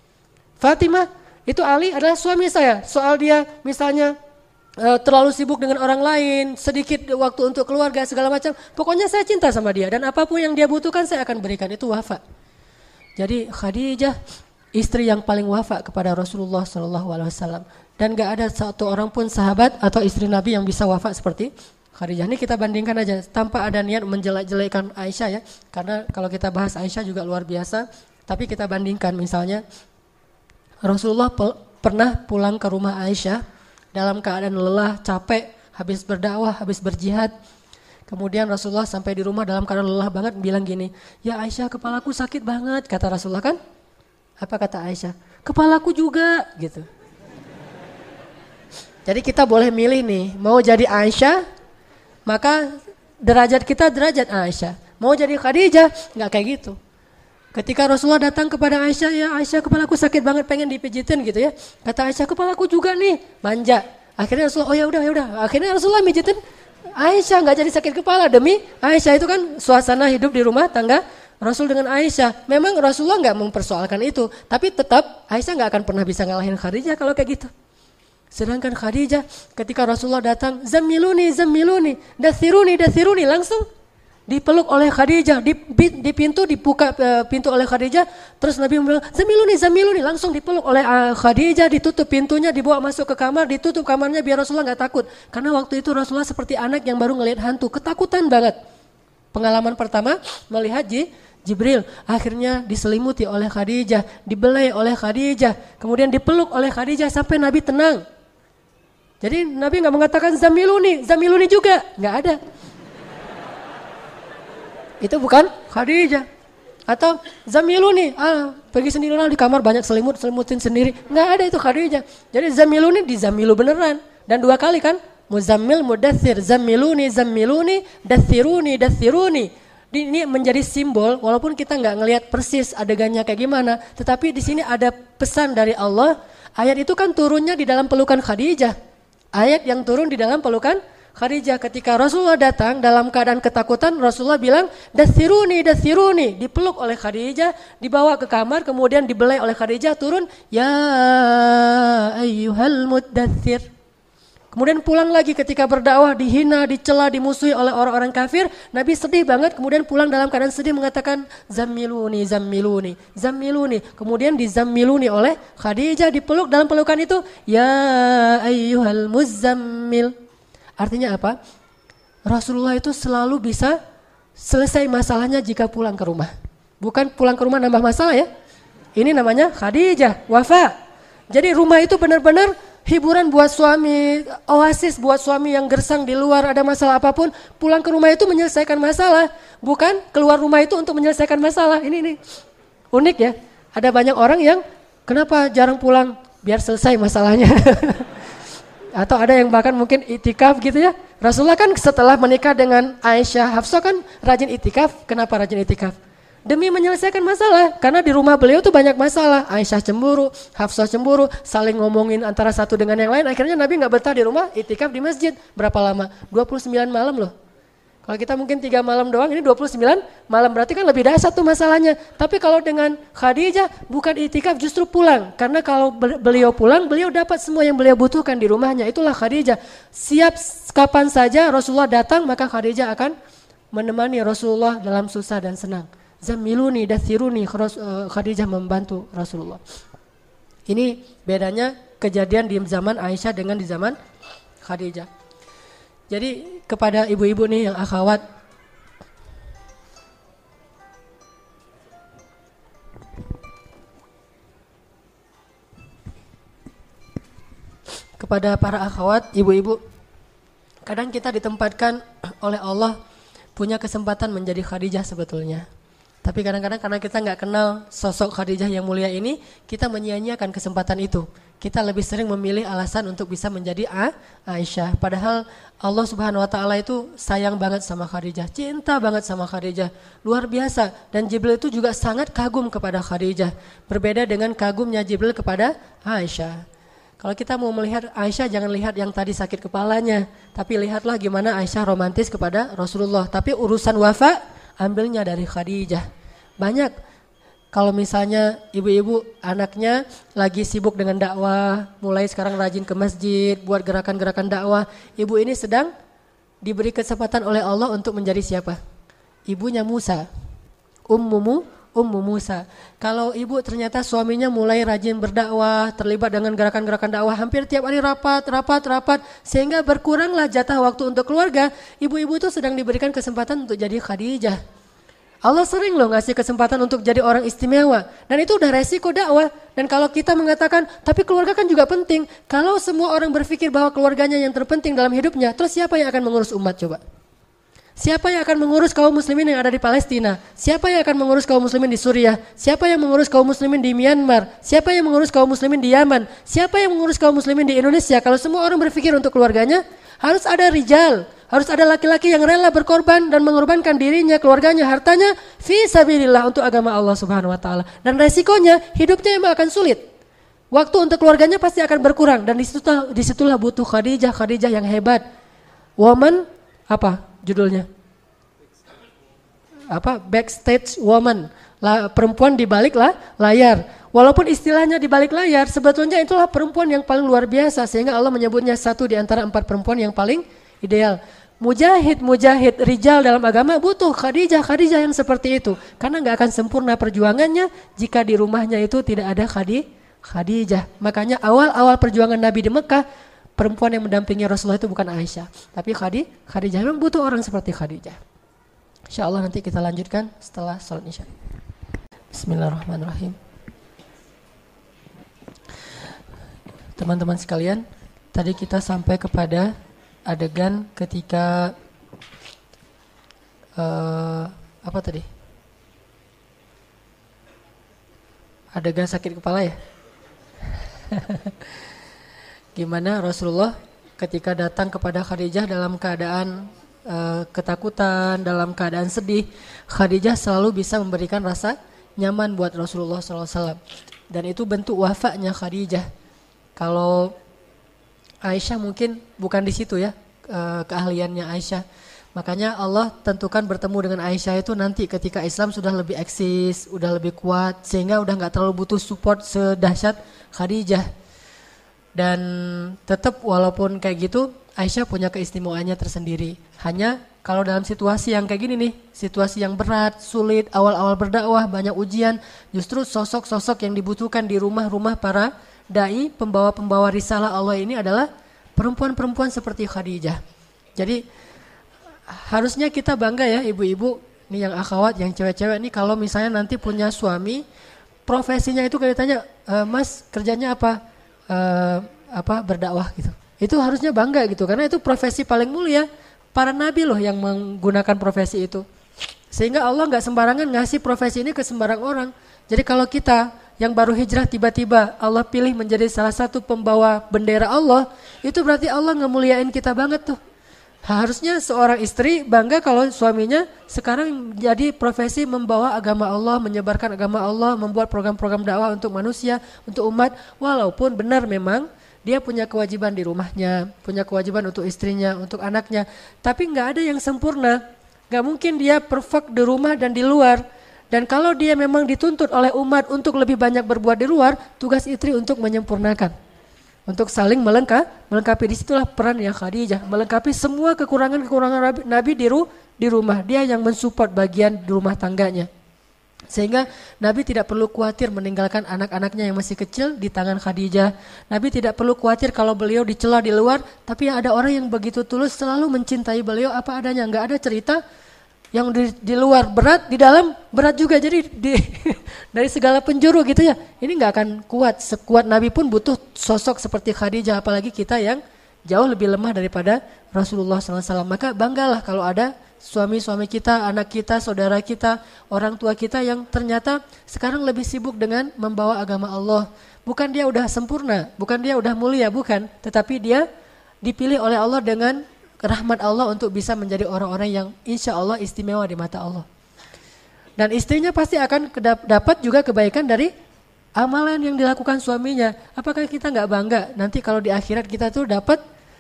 Fatimah, itu Ali adalah suami saya. Soal dia misalnya e, terlalu sibuk dengan orang lain, sedikit waktu untuk keluarga segala macam, pokoknya saya cinta sama dia dan apapun yang dia butuhkan saya akan berikan. Itu wafa. Jadi Khadijah istri yang paling wafa kepada Rasulullah shallallahu alaihi wasallam dan gak ada satu orang pun sahabat atau istri Nabi yang bisa wafa seperti Khadijah. Ini kita bandingkan aja tanpa ada niat menjelek-jelekan Aisyah ya, karena kalau kita bahas Aisyah juga luar biasa. Tapi kita bandingkan misalnya Rasulullah pe- pernah pulang ke rumah Aisyah dalam keadaan lelah, capek, habis berdakwah, habis berjihad. Kemudian Rasulullah sampai di rumah dalam keadaan lelah banget bilang gini, ya Aisyah kepalaku sakit banget, kata Rasulullah kan? Apa kata Aisyah? Kepalaku juga gitu. Jadi kita boleh milih nih, mau jadi Aisyah, maka derajat kita derajat Aisyah. Mau jadi Khadijah, nggak kayak gitu. Ketika Rasulullah datang kepada Aisyah, ya Aisyah kepalaku sakit banget pengen dipijitin gitu ya. Kata Aisyah kepalaku juga nih, manja. Akhirnya Rasulullah, oh ya udah ya udah. Akhirnya Rasulullah mijitin Aisyah, nggak jadi sakit kepala demi Aisyah. Itu kan suasana hidup di rumah tangga Rasul dengan Aisyah. Memang Rasulullah nggak mempersoalkan itu, tapi tetap Aisyah nggak akan pernah bisa ngalahin Khadijah kalau kayak gitu. Sedangkan Khadijah ketika Rasulullah datang, zammiluni, zammiluni, dathiruni, dathiruni, langsung dipeluk oleh Khadijah, di, di pintu dibuka uh, pintu oleh Khadijah, terus Nabi bilang, zammiluni, zammiluni, langsung dipeluk oleh uh, Khadijah, ditutup pintunya, dibawa masuk ke kamar, ditutup kamarnya biar Rasulullah nggak takut. Karena waktu itu Rasulullah seperti anak yang baru ngelihat hantu, ketakutan banget. Pengalaman pertama melihat Ji, Jibril, akhirnya diselimuti oleh Khadijah, dibelai oleh Khadijah, kemudian dipeluk oleh Khadijah sampai Nabi tenang. Jadi Nabi nggak mengatakan zamiluni, zamiluni juga, nggak ada. Itu bukan Khadijah. Atau zamiluni, ah pergi sendirilah di kamar banyak selimut, selimutin sendiri, nggak ada itu Khadijah. Jadi zamiluni di zamilu beneran dan dua kali kan, muzammil, mudathir, zamiluni, zamiluni, dathiruni, dathiruni. Ini menjadi simbol, walaupun kita nggak ngelihat persis adegannya kayak gimana, tetapi di sini ada pesan dari Allah. Ayat itu kan turunnya di dalam pelukan Khadijah. Ayat yang turun di dalam pelukan Khadijah. Ketika Rasulullah datang dalam keadaan ketakutan, Rasulullah bilang, dathiruni, dathiruni. Dipeluk oleh Khadijah, dibawa ke kamar, kemudian dibelai oleh Khadijah, turun, ya ayyuhal muddathir. Kemudian pulang lagi ketika berdakwah dihina, dicela, dimusuhi oleh orang-orang kafir. Nabi sedih banget, kemudian pulang dalam keadaan sedih mengatakan zammiluni, zammiluni, zammiluni. Kemudian dizammiluni oleh Khadijah, dipeluk dalam pelukan itu, ya ayyuhal muzammil. Artinya apa? Rasulullah itu selalu bisa selesai masalahnya jika pulang ke rumah. Bukan pulang ke rumah nambah masalah ya. Ini namanya Khadijah, wafa. Jadi rumah itu benar-benar hiburan buat suami, oasis buat suami yang gersang di luar, ada masalah apapun, pulang ke rumah itu menyelesaikan masalah, bukan keluar rumah itu untuk menyelesaikan masalah. Ini ini unik ya. Ada banyak orang yang kenapa jarang pulang, biar selesai masalahnya. Atau ada yang bahkan mungkin itikaf gitu ya. Rasulullah kan setelah menikah dengan Aisyah, Hafsah kan rajin itikaf. Kenapa rajin itikaf? Demi menyelesaikan masalah, karena di rumah beliau tuh banyak masalah. Aisyah cemburu, Hafsah cemburu, saling ngomongin antara satu dengan yang lain. Akhirnya Nabi nggak betah di rumah, itikaf di masjid. Berapa lama? dua puluh sembilan malam loh. Kalau kita mungkin tiga malam doang, ini dua puluh sembilan malam, berarti kan lebih dahsyat tuh masalahnya. Tapi kalau dengan Khadijah bukan itikaf, justru pulang. Karena kalau beliau pulang, beliau dapat semua yang beliau butuhkan di rumahnya. Itulah Khadijah. Siap kapan saja Rasulullah datang, maka Khadijah akan menemani Rasulullah dalam susah dan senang. Zammiluni dathiruni, Khadijah membantu Rasulullah. Ini bedanya kejadian di zaman Aisyah dengan di zaman Khadijah. Jadi kepada ibu-ibu nih yang akhwat, kepada para akhwat, ibu-ibu, kadang kita ditempatkan oleh Allah punya kesempatan menjadi Khadijah sebetulnya. Tapi kadang-kadang karena kita nggak kenal sosok Khadijah yang mulia ini, kita menyia-nyiakan kesempatan itu. Kita lebih sering memilih alasan untuk bisa menjadi A, Aisyah. Padahal Allah Subhanahu Wa Taala itu sayang banget sama Khadijah, cinta banget sama Khadijah, luar biasa. Dan Jibril itu juga sangat kagum kepada Khadijah. Berbeda dengan kagumnya Jibril kepada Aisyah. Kalau kita mau melihat Aisyah, jangan lihat yang tadi sakit kepalanya, tapi lihatlah gimana Aisyah romantis kepada Rasulullah. Tapi urusan wafa, ambilnya dari Khadijah. Banyak kalau misalnya ibu-ibu anaknya lagi sibuk dengan dakwah, mulai sekarang rajin ke masjid, buat gerakan-gerakan dakwah, ibu ini sedang diberi kesempatan oleh Allah untuk menjadi siapa? Ibunya Musa, Ummu Ummu Musa. Kalau ibu ternyata suaminya mulai rajin berdakwah, terlibat dengan gerakan-gerakan dakwah, hampir tiap hari rapat, rapat, rapat, sehingga berkuranglah jatah waktu untuk keluarga, ibu-ibu itu sedang diberikan kesempatan untuk jadi Khadijah. Allah sering loh ngasih kesempatan untuk jadi orang istimewa, dan itu udah resiko dakwah. Dan kalau kita mengatakan, tapi keluarga kan juga penting, kalau semua orang berpikir bahwa keluarganya yang terpenting dalam hidupnya, terus siapa yang akan mengurus umat coba? Siapa yang akan mengurus kaum muslimin yang ada di Palestina? Siapa yang akan mengurus kaum muslimin di Suriah? Siapa yang mengurus kaum muslimin di Myanmar? Siapa yang mengurus kaum muslimin di Yaman? Siapa yang mengurus kaum muslimin di Indonesia? Kalau semua orang berpikir untuk keluarganya, harus ada rijal, harus ada laki-laki yang rela berkorban dan mengorbankan dirinya, keluarganya, hartanya fi sabilillah untuk agama Allah Subhanahu Wa Taala. Dan resikonya hidupnya emang akan sulit. Waktu untuk keluarganya pasti akan berkurang, dan disitulah, disitulah butuh Khadijah, Khadijah yang hebat. Woman apa? Judulnya apa? Backstage woman, La, perempuan di balik lah layar. Walaupun istilahnya di balik layar, sebetulnya itulah perempuan yang paling luar biasa, sehingga Allah menyebutnya satu di antara empat perempuan yang paling ideal. Mujahid, mujahid, rijal dalam agama butuh Khadijah, Khadijah yang seperti itu, karena nggak akan sempurna perjuangannya jika di rumahnya itu tidak ada Khadijah. Makanya awal-awal perjuangan Nabi di Mekah, perempuan yang mendampingi Rasulullah itu bukan Aisyah, tapi Khadijah. Khadijah memang butuh orang seperti Khadijah. Insya Allah nanti kita lanjutkan setelah salat Isya. Bismillahirrahmanirrahim. Teman-teman sekalian, tadi kita sampai kepada adegan ketika uh, apa tadi? Adegan sakit kepala ya? Gimana Rasulullah ketika datang kepada Khadijah dalam keadaan uh, ketakutan, dalam keadaan sedih, Khadijah selalu bisa memberikan rasa nyaman buat Rasulullah shallallahu alaihi wasallam. Dan itu bentuk wafanya Khadijah. Kalau Aisyah mungkin bukan di situ ya uh, keahliannya Aisyah. Makanya Allah tentukan bertemu dengan Aisyah itu nanti ketika Islam sudah lebih eksis, udah lebih kuat, sehingga udah nggak terlalu butuh support sedahsyat Khadijah. Dan tetap walaupun kayak gitu, Aisyah punya keistimewaannya tersendiri. Hanya kalau dalam situasi yang kayak gini nih, situasi yang berat, sulit, awal-awal berdakwah, banyak ujian, justru sosok-sosok yang dibutuhkan di rumah-rumah para dai, pembawa-pembawa risalah Allah ini adalah perempuan-perempuan seperti Khadijah. Jadi harusnya kita bangga ya ibu-ibu, nih yang akhwat, yang cewek-cewek nih, kalau misalnya nanti punya suami, profesinya itu kayak ditanya, e, Mas kerjanya apa? Uh, apa berdakwah gitu. Itu harusnya bangga gitu karena itu profesi paling mulia. Para nabi loh yang menggunakan profesi itu. Sehingga Allah nggak sembarangan ngasih profesi ini ke sembarang orang. Jadi kalau kita yang baru hijrah tiba-tiba Allah pilih menjadi salah satu pembawa bendera Allah, itu berarti Allah ngemuliain kita banget tuh. Harusnya seorang istri bangga kalau suaminya sekarang jadi profesi membawa agama Allah, menyebarkan agama Allah, membuat program-program dakwah untuk manusia, untuk umat. Walaupun benar memang dia punya kewajiban di rumahnya, punya kewajiban untuk istrinya, untuk anaknya. Tapi nggak ada yang sempurna. Nggak mungkin dia perfect di rumah dan di luar. Dan kalau dia memang dituntut oleh umat untuk lebih banyak berbuat di luar, tugas istri untuk menyempurnakan. Untuk saling melengkapi, melengkapi disitulah peran yang Khadijah, melengkapi semua kekurangan-kekurangan Nabi di, ru, di rumah. Dia yang mensupport bagian di rumah tangganya. Sehingga Nabi tidak perlu khawatir meninggalkan anak-anaknya yang masih kecil di tangan Khadijah. Nabi tidak perlu khawatir kalau beliau dicela di luar, tapi ada orang yang begitu tulus selalu mencintai beliau apa adanya. Enggak ada cerita yang di, di luar berat, di dalam berat juga. Jadi di, dari segala penjuru gitu ya. Ini nggak akan kuat. Sekuat Nabi pun butuh sosok seperti Khadijah. Apalagi kita yang jauh lebih lemah daripada Rasulullah shallallahu alaihi wasallam. Maka banggalah kalau ada suami-suami kita, anak kita, saudara kita, orang tua kita yang ternyata sekarang lebih sibuk dengan membawa agama Allah. Bukan dia udah sempurna, bukan dia udah mulia, bukan. Tetapi dia dipilih oleh Allah dengan rahmat Allah untuk bisa menjadi orang-orang yang insya Allah istimewa di mata Allah. Dan istrinya pasti akan dapat juga kebaikan dari amalan yang dilakukan suaminya. Apakah kita nggak bangga nanti kalau di akhirat kita tuh dapat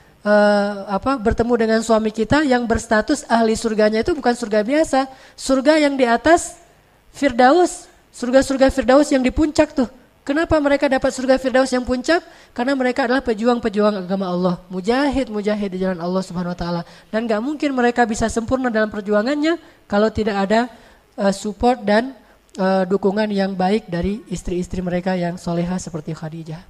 uh, apa bertemu dengan suami kita yang berstatus ahli surganya itu bukan surga biasa, surga yang di atas Firdaus, surga-surga Firdaus yang di puncak tuh. Kenapa mereka dapat surga Firdaus yang puncak? Karena mereka adalah pejuang-pejuang agama Allah, mujahid-mujahid di jalan Allah Subhanahu wa taala. Dan enggak mungkin mereka bisa sempurna dalam perjuangannya kalau tidak ada uh, support dan uh, dukungan yang baik dari istri-istri mereka yang solehah seperti Khadijah.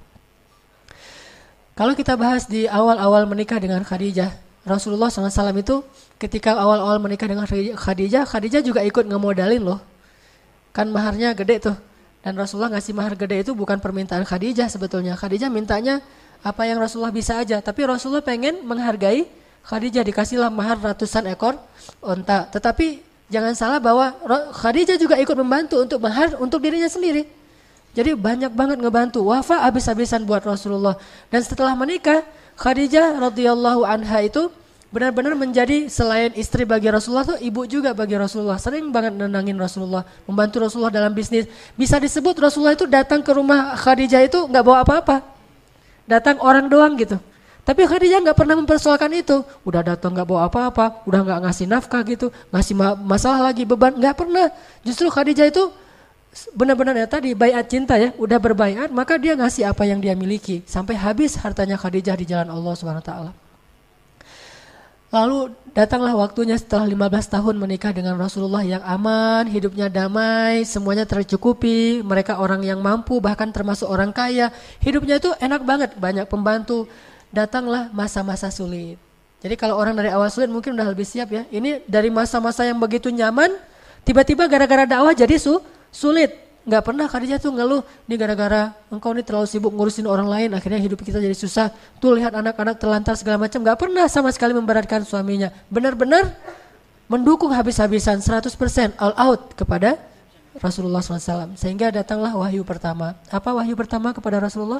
Kalau kita bahas di awal-awal menikah dengan Khadijah, Rasulullah shallallahu alaihi wasallam itu ketika awal-awal menikah dengan Khadijah, Khadijah juga ikut ngemodalin loh. Kan maharnya gede tuh. Dan Rasulullah ngasih mahar gede itu bukan permintaan Khadijah sebetulnya. Khadijah mintanya apa yang Rasulullah bisa aja. Tapi Rasulullah pengen menghargai Khadijah, dikasihlah mahar ratusan ekor onta. Tetapi jangan salah bahwa Khadijah juga ikut membantu untuk mahar untuk dirinya sendiri. Jadi banyak banget ngebantu. Wafa habis-habisan buat Rasulullah. Dan setelah menikah, Khadijah radhiyallahu anha itu benar-benar menjadi selain istri bagi Rasulullah tuh ibu juga bagi Rasulullah. Sering banget nenangin Rasulullah, membantu Rasulullah dalam bisnis. Bisa disebut Rasulullah itu datang ke rumah Khadijah itu nggak bawa apa-apa, datang orang doang gitu. Tapi Khadijah nggak pernah mempersoalkan itu. Udah datang nggak bawa apa-apa, udah nggak ngasih nafkah gitu, ngasih ma- masalah lagi beban, nggak pernah. Justru Khadijah itu benar-benar ya tadi baiat cinta ya, udah berbaiat maka dia ngasih apa yang dia miliki sampai habis hartanya Khadijah di jalan Allah Subhanahu wa taala. Lalu datanglah waktunya setelah lima belas tahun menikah dengan Rasulullah yang aman, hidupnya damai, semuanya tercukupi, mereka orang yang mampu bahkan termasuk orang kaya, hidupnya itu enak banget, banyak pembantu. Datanglah masa-masa sulit. Jadi kalau orang dari awal sulit mungkin udah lebih siap ya. Ini dari masa-masa yang begitu nyaman, tiba-tiba gara-gara dakwah jadi su- sulit. Gak pernah Khadijah tuh ngeluh, ini gara-gara engkau ini terlalu sibuk ngurusin orang lain, akhirnya hidup kita jadi susah. Tuh lihat anak-anak terlantar segala macam, gak pernah sama sekali memberatkan suaminya. Benar-benar mendukung habis-habisan seratus persen all out kepada Rasulullah shallallahu alaihi wasallam. Sehingga datanglah wahyu pertama. Apa wahyu pertama kepada Rasulullah?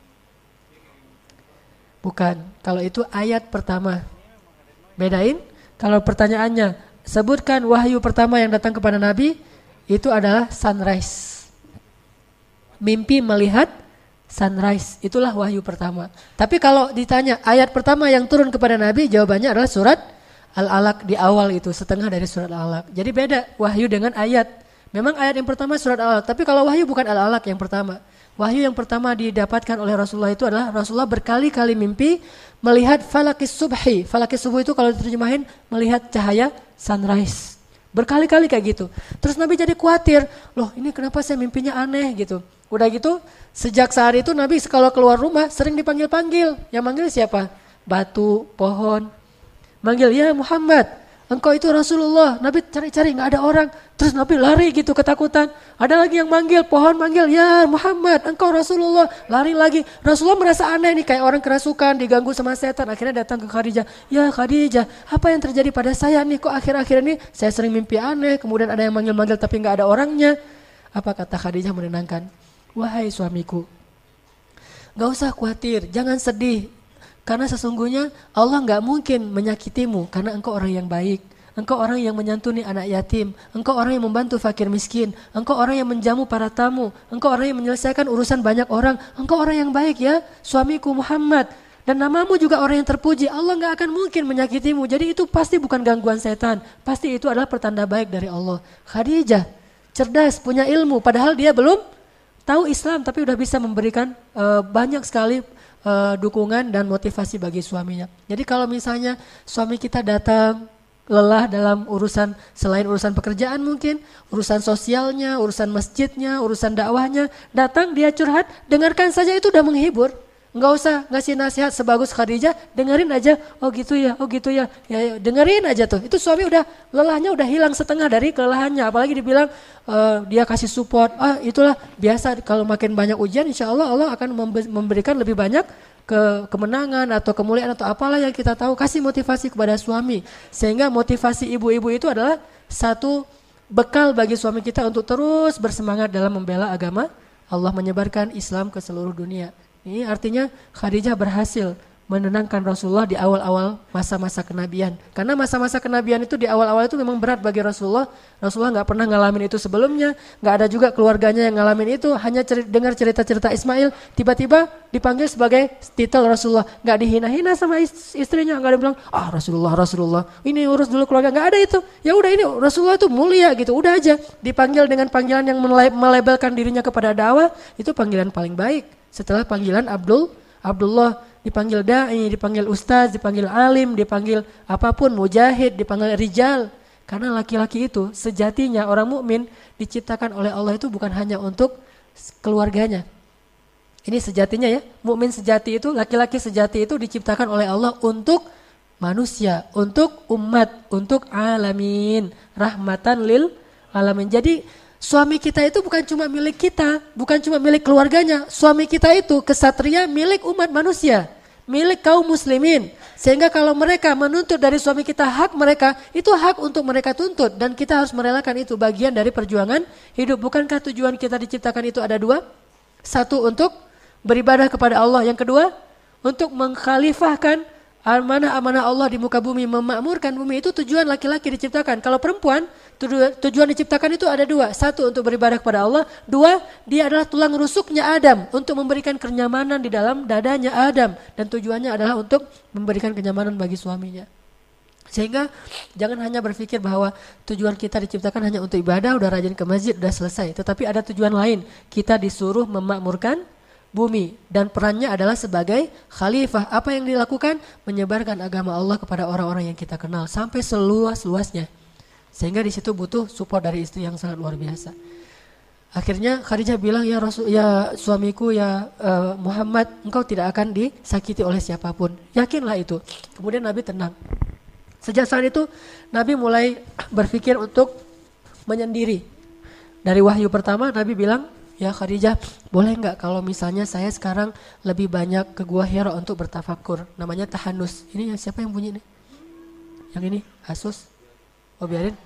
Bukan, kalau itu ayat pertama. Bedain, kalau pertanyaannya, sebutkan wahyu pertama yang datang kepada Nabi, itu adalah sunrise. Mimpi melihat sunrise, itulah wahyu pertama. Tapi kalau ditanya ayat pertama yang turun kepada Nabi, jawabannya adalah surat Al-Alaq di awal itu, setengah dari surat Al-Alaq. Jadi beda wahyu dengan ayat. Memang ayat yang pertama surat Al-Alaq, tapi kalau wahyu bukan Al-Alaq yang pertama. Wahyu yang pertama didapatkan oleh Rasulullah itu adalah Rasulullah berkali-kali mimpi melihat falakis subhi. Falakis subuh itu kalau diterjemahin melihat cahaya sunrise. Berkali-kali kayak gitu. Terus Nabi jadi khawatir, loh ini kenapa saya mimpinya aneh gitu. Udah gitu, sejak saat itu Nabi kalau keluar rumah sering dipanggil-panggil. Yang manggil siapa? Batu, pohon. Manggil, ya Muhammad, engkau itu Rasulullah. Nabi cari-cari gak ada orang. Terus Nabi lari gitu ketakutan. Ada lagi yang manggil, pohon manggil, ya Muhammad, engkau Rasulullah. Lari lagi. Rasulullah merasa aneh nih, kayak orang kerasukan, diganggu sama setan. Akhirnya datang ke Khadijah. Ya Khadijah, apa yang terjadi pada saya nih? Kok akhir-akhir ini saya sering mimpi aneh. Kemudian ada yang manggil-manggil tapi gak ada orangnya. Apa kata Khadijah menenangkan? Wahai suamiku, gak usah khawatir, jangan sedih. Karena sesungguhnya Allah gak mungkin menyakitimu. Karena engkau orang yang baik. Engkau orang yang menyantuni anak yatim. Engkau orang yang membantu fakir miskin. Engkau orang yang menjamu para tamu. Engkau orang yang menyelesaikan urusan banyak orang. Engkau orang yang baik ya, suamiku Muhammad. Dan namamu juga orang yang terpuji. Allah gak akan mungkin menyakitimu. Jadi itu pasti bukan gangguan setan. Pasti itu adalah pertanda baik dari Allah. Khadijah, cerdas, punya ilmu. Padahal dia belum tahu Islam, tapi udah bisa memberikan uh, banyak sekali uh, dukungan dan motivasi bagi suaminya. Jadi kalau misalnya suami kita datang lelah dalam urusan selain urusan pekerjaan mungkin, urusan sosialnya, urusan masjidnya, urusan dakwahnya, datang dia curhat, dengarkan saja itu udah menghibur. Enggak usah ngasih nasihat sebagus Khadijah, dengerin aja, oh gitu ya, oh gitu ya, ya, ya dengerin aja tuh. Itu suami udah lelahnya udah hilang setengah dari kelelahannya, apalagi dibilang uh, dia kasih support, ah itulah biasa kalau makin banyak ujian, insya Allah Allah akan memberikan lebih banyak ke kemenangan atau kemuliaan atau apalah yang kita tahu. Kasih motivasi kepada suami, sehingga motivasi ibu-ibu itu adalah satu bekal bagi suami kita untuk terus bersemangat dalam membela agama Allah, menyebarkan Islam ke seluruh dunia. Ini artinya Khadijah berhasil menenangkan Rasulullah di awal-awal masa-masa kenabian. Karena masa-masa kenabian itu di awal-awal itu memang berat bagi Rasulullah. Rasulullah nggak pernah ngalamin itu sebelumnya, nggak ada juga keluarganya yang ngalamin itu. Hanya ceri- dengar cerita-cerita Ismail, tiba-tiba dipanggil sebagai titel Rasulullah. Nggak dihina-hina sama istrinya, nggak ada bilang, ah Rasulullah, Rasulullah, ini urus dulu keluarga. Nggak ada itu. Ya udah, ini Rasulullah itu mulia gitu. Udah aja dipanggil dengan panggilan yang melabelkan dirinya kepada dakwah, itu panggilan paling baik. Setelah panggilan Abdul, Abdullah, dipanggil da'i, dipanggil ustaz, dipanggil alim, dipanggil apapun, mujahid, dipanggil rijal. Karena laki-laki itu sejatinya orang mukmin diciptakan oleh Allah itu bukan hanya untuk keluarganya. Ini sejatinya ya, mukmin sejati itu, laki-laki sejati itu diciptakan oleh Allah untuk manusia, untuk umat, untuk alamin, rahmatan lil alamin. Jadi suami kita itu bukan cuma milik kita, bukan cuma milik keluarganya. Suami kita itu kesatria milik umat manusia, milik kaum muslimin. Sehingga kalau mereka menuntut dari suami kita hak mereka, itu hak untuk mereka tuntut. Dan kita harus merelakan itu, bagian dari perjuangan hidup. Bukankah tujuan kita diciptakan itu ada dua? Satu, untuk beribadah kepada Allah. Yang kedua, untuk mengkhalifahkan amanah-amanah Allah di muka bumi, memakmurkan bumi. Itu tujuan laki-laki diciptakan. Kalau perempuan, tujuan diciptakan itu ada dua. Satu, untuk beribadah kepada Allah. Dua, dia adalah tulang rusuknya Adam, untuk memberikan kenyamanan di dalam dadanya Adam. Dan tujuannya adalah untuk memberikan kenyamanan bagi suaminya. Sehingga jangan hanya berpikir bahwa tujuan kita diciptakan hanya untuk ibadah, udah rajin ke masjid, udah selesai. Tetapi ada tujuan lain. Kita disuruh memakmurkan bumi, dan perannya adalah sebagai khalifah. Apa yang dilakukan? Menyebarkan agama Allah kepada orang-orang yang kita kenal sampai seluas-luasnya. Sehingga di situ butuh support dari istri yang sangat luar biasa. Akhirnya Khadijah bilang, ya Rasul, ya suamiku, ya uh, Muhammad, engkau tidak akan disakiti oleh siapapun. Yakinlah itu. Kemudian Nabi tenang. Sejak saat itu Nabi mulai berpikir untuk menyendiri. Dari wahyu pertama Nabi bilang, ya Khadijah, boleh nggak kalau misalnya saya sekarang lebih banyak ke Gua Hira untuk bertafakur. Namanya tahanus. Ini siapa yang bunyi nih? Yang ini, Asus. Oh biarin.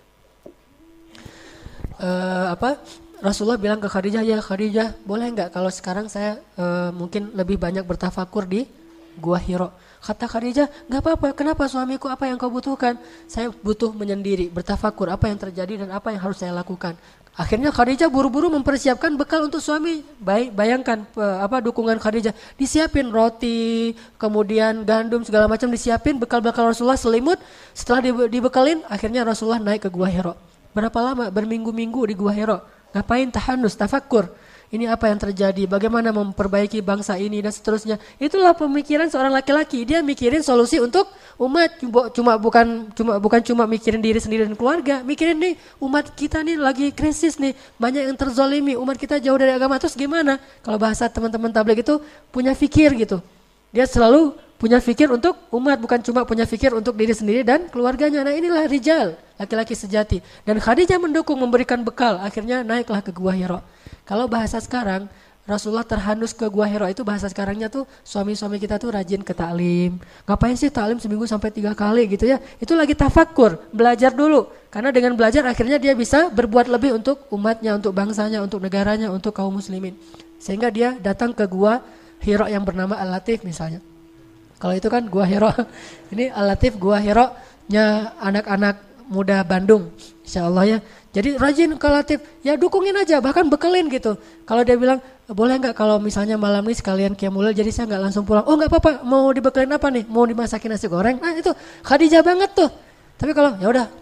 Uh, apa? Rasulullah bilang ke Khadijah, ya Khadijah, boleh nggak kalau sekarang saya uh, mungkin lebih banyak bertafakur di Gua Hira. Kata Khadijah, nggak apa-apa. Kenapa suamiku? Apa yang kau butuhkan? Saya butuh menyendiri, bertafakur apa yang terjadi dan apa yang harus saya lakukan. Akhirnya Khadijah buru-buru mempersiapkan bekal untuk suami. Baik, bayangkan apa dukungan Khadijah. Disiapin roti, kemudian gandum segala macam disiapin, bekal-bekal Rasulullah selimut. Setelah dibekalin, akhirnya Rasulullah naik ke Gua Hira. Berapa lama? Berminggu-minggu di Gua Hira. Ngapain? Tahanus, tafakur. ini apa yang terjadi, bagaimana memperbaiki bangsa ini dan seterusnya. Itulah pemikiran seorang laki-laki. Dia mikirin solusi untuk umat, cuma bukan cuma bukan cuma mikirin diri sendiri dan keluarga, mikirin nih umat kita nih lagi krisis nih, banyak yang terzolimi, umat kita jauh dari agama, terus gimana? Kalau bahasa teman-teman tabligh itu punya fikir gitu. Dia selalu punya fikir untuk umat, bukan cuma punya fikir untuk diri sendiri dan keluarganya. Nah inilah rijal, laki-laki sejati. Dan Khadijah mendukung, memberikan bekal, akhirnya naiklah ke Gua Hira. Kalau bahasa sekarang, Rasulullah terhandus ke Gua Hira itu bahasa sekarangnya tuh suami-suami kita tuh rajin ke taklim. Ngapain sih taklim seminggu sampai tiga kali gitu ya? Itu lagi tafakur, belajar dulu. Karena dengan belajar akhirnya dia bisa berbuat lebih untuk umatnya, untuk bangsanya, untuk negaranya, untuk kaum muslimin. Sehingga dia datang ke Gua Hira yang bernama Al-Latif misalnya. Kalau itu kan Gua Hira. Ini Al-Latif Gua Hira-nya anak-anak muda Bandung. Insya Allah ya. Jadi rajin ke Latif. Ya dukungin aja, bahkan bekelin gitu. Kalau dia bilang, boleh nggak kalau misalnya malam ini sekalian qiyamul lail, jadi saya nggak langsung pulang. Oh nggak apa-apa, mau dibekelin apa nih? Mau dimasakin nasi goreng? Nah itu Khadijah banget tuh. Tapi kalau ya udah,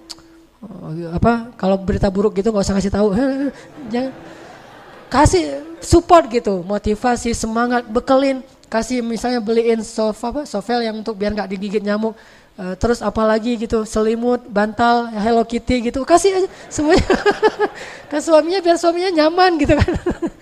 apa kalau berita buruk gitu nggak usah kasih tahu. Jangan. Kasih support gitu, motivasi, semangat, bekelin. Kasih misalnya beliin sofa apa, sovel yang untuk biar nggak digigit nyamuk, uh, terus apalagi gitu, selimut, bantal, Hello Kitty gitu, kasih aja semuanya. Kan suaminya biar suaminya nyaman gitu kan.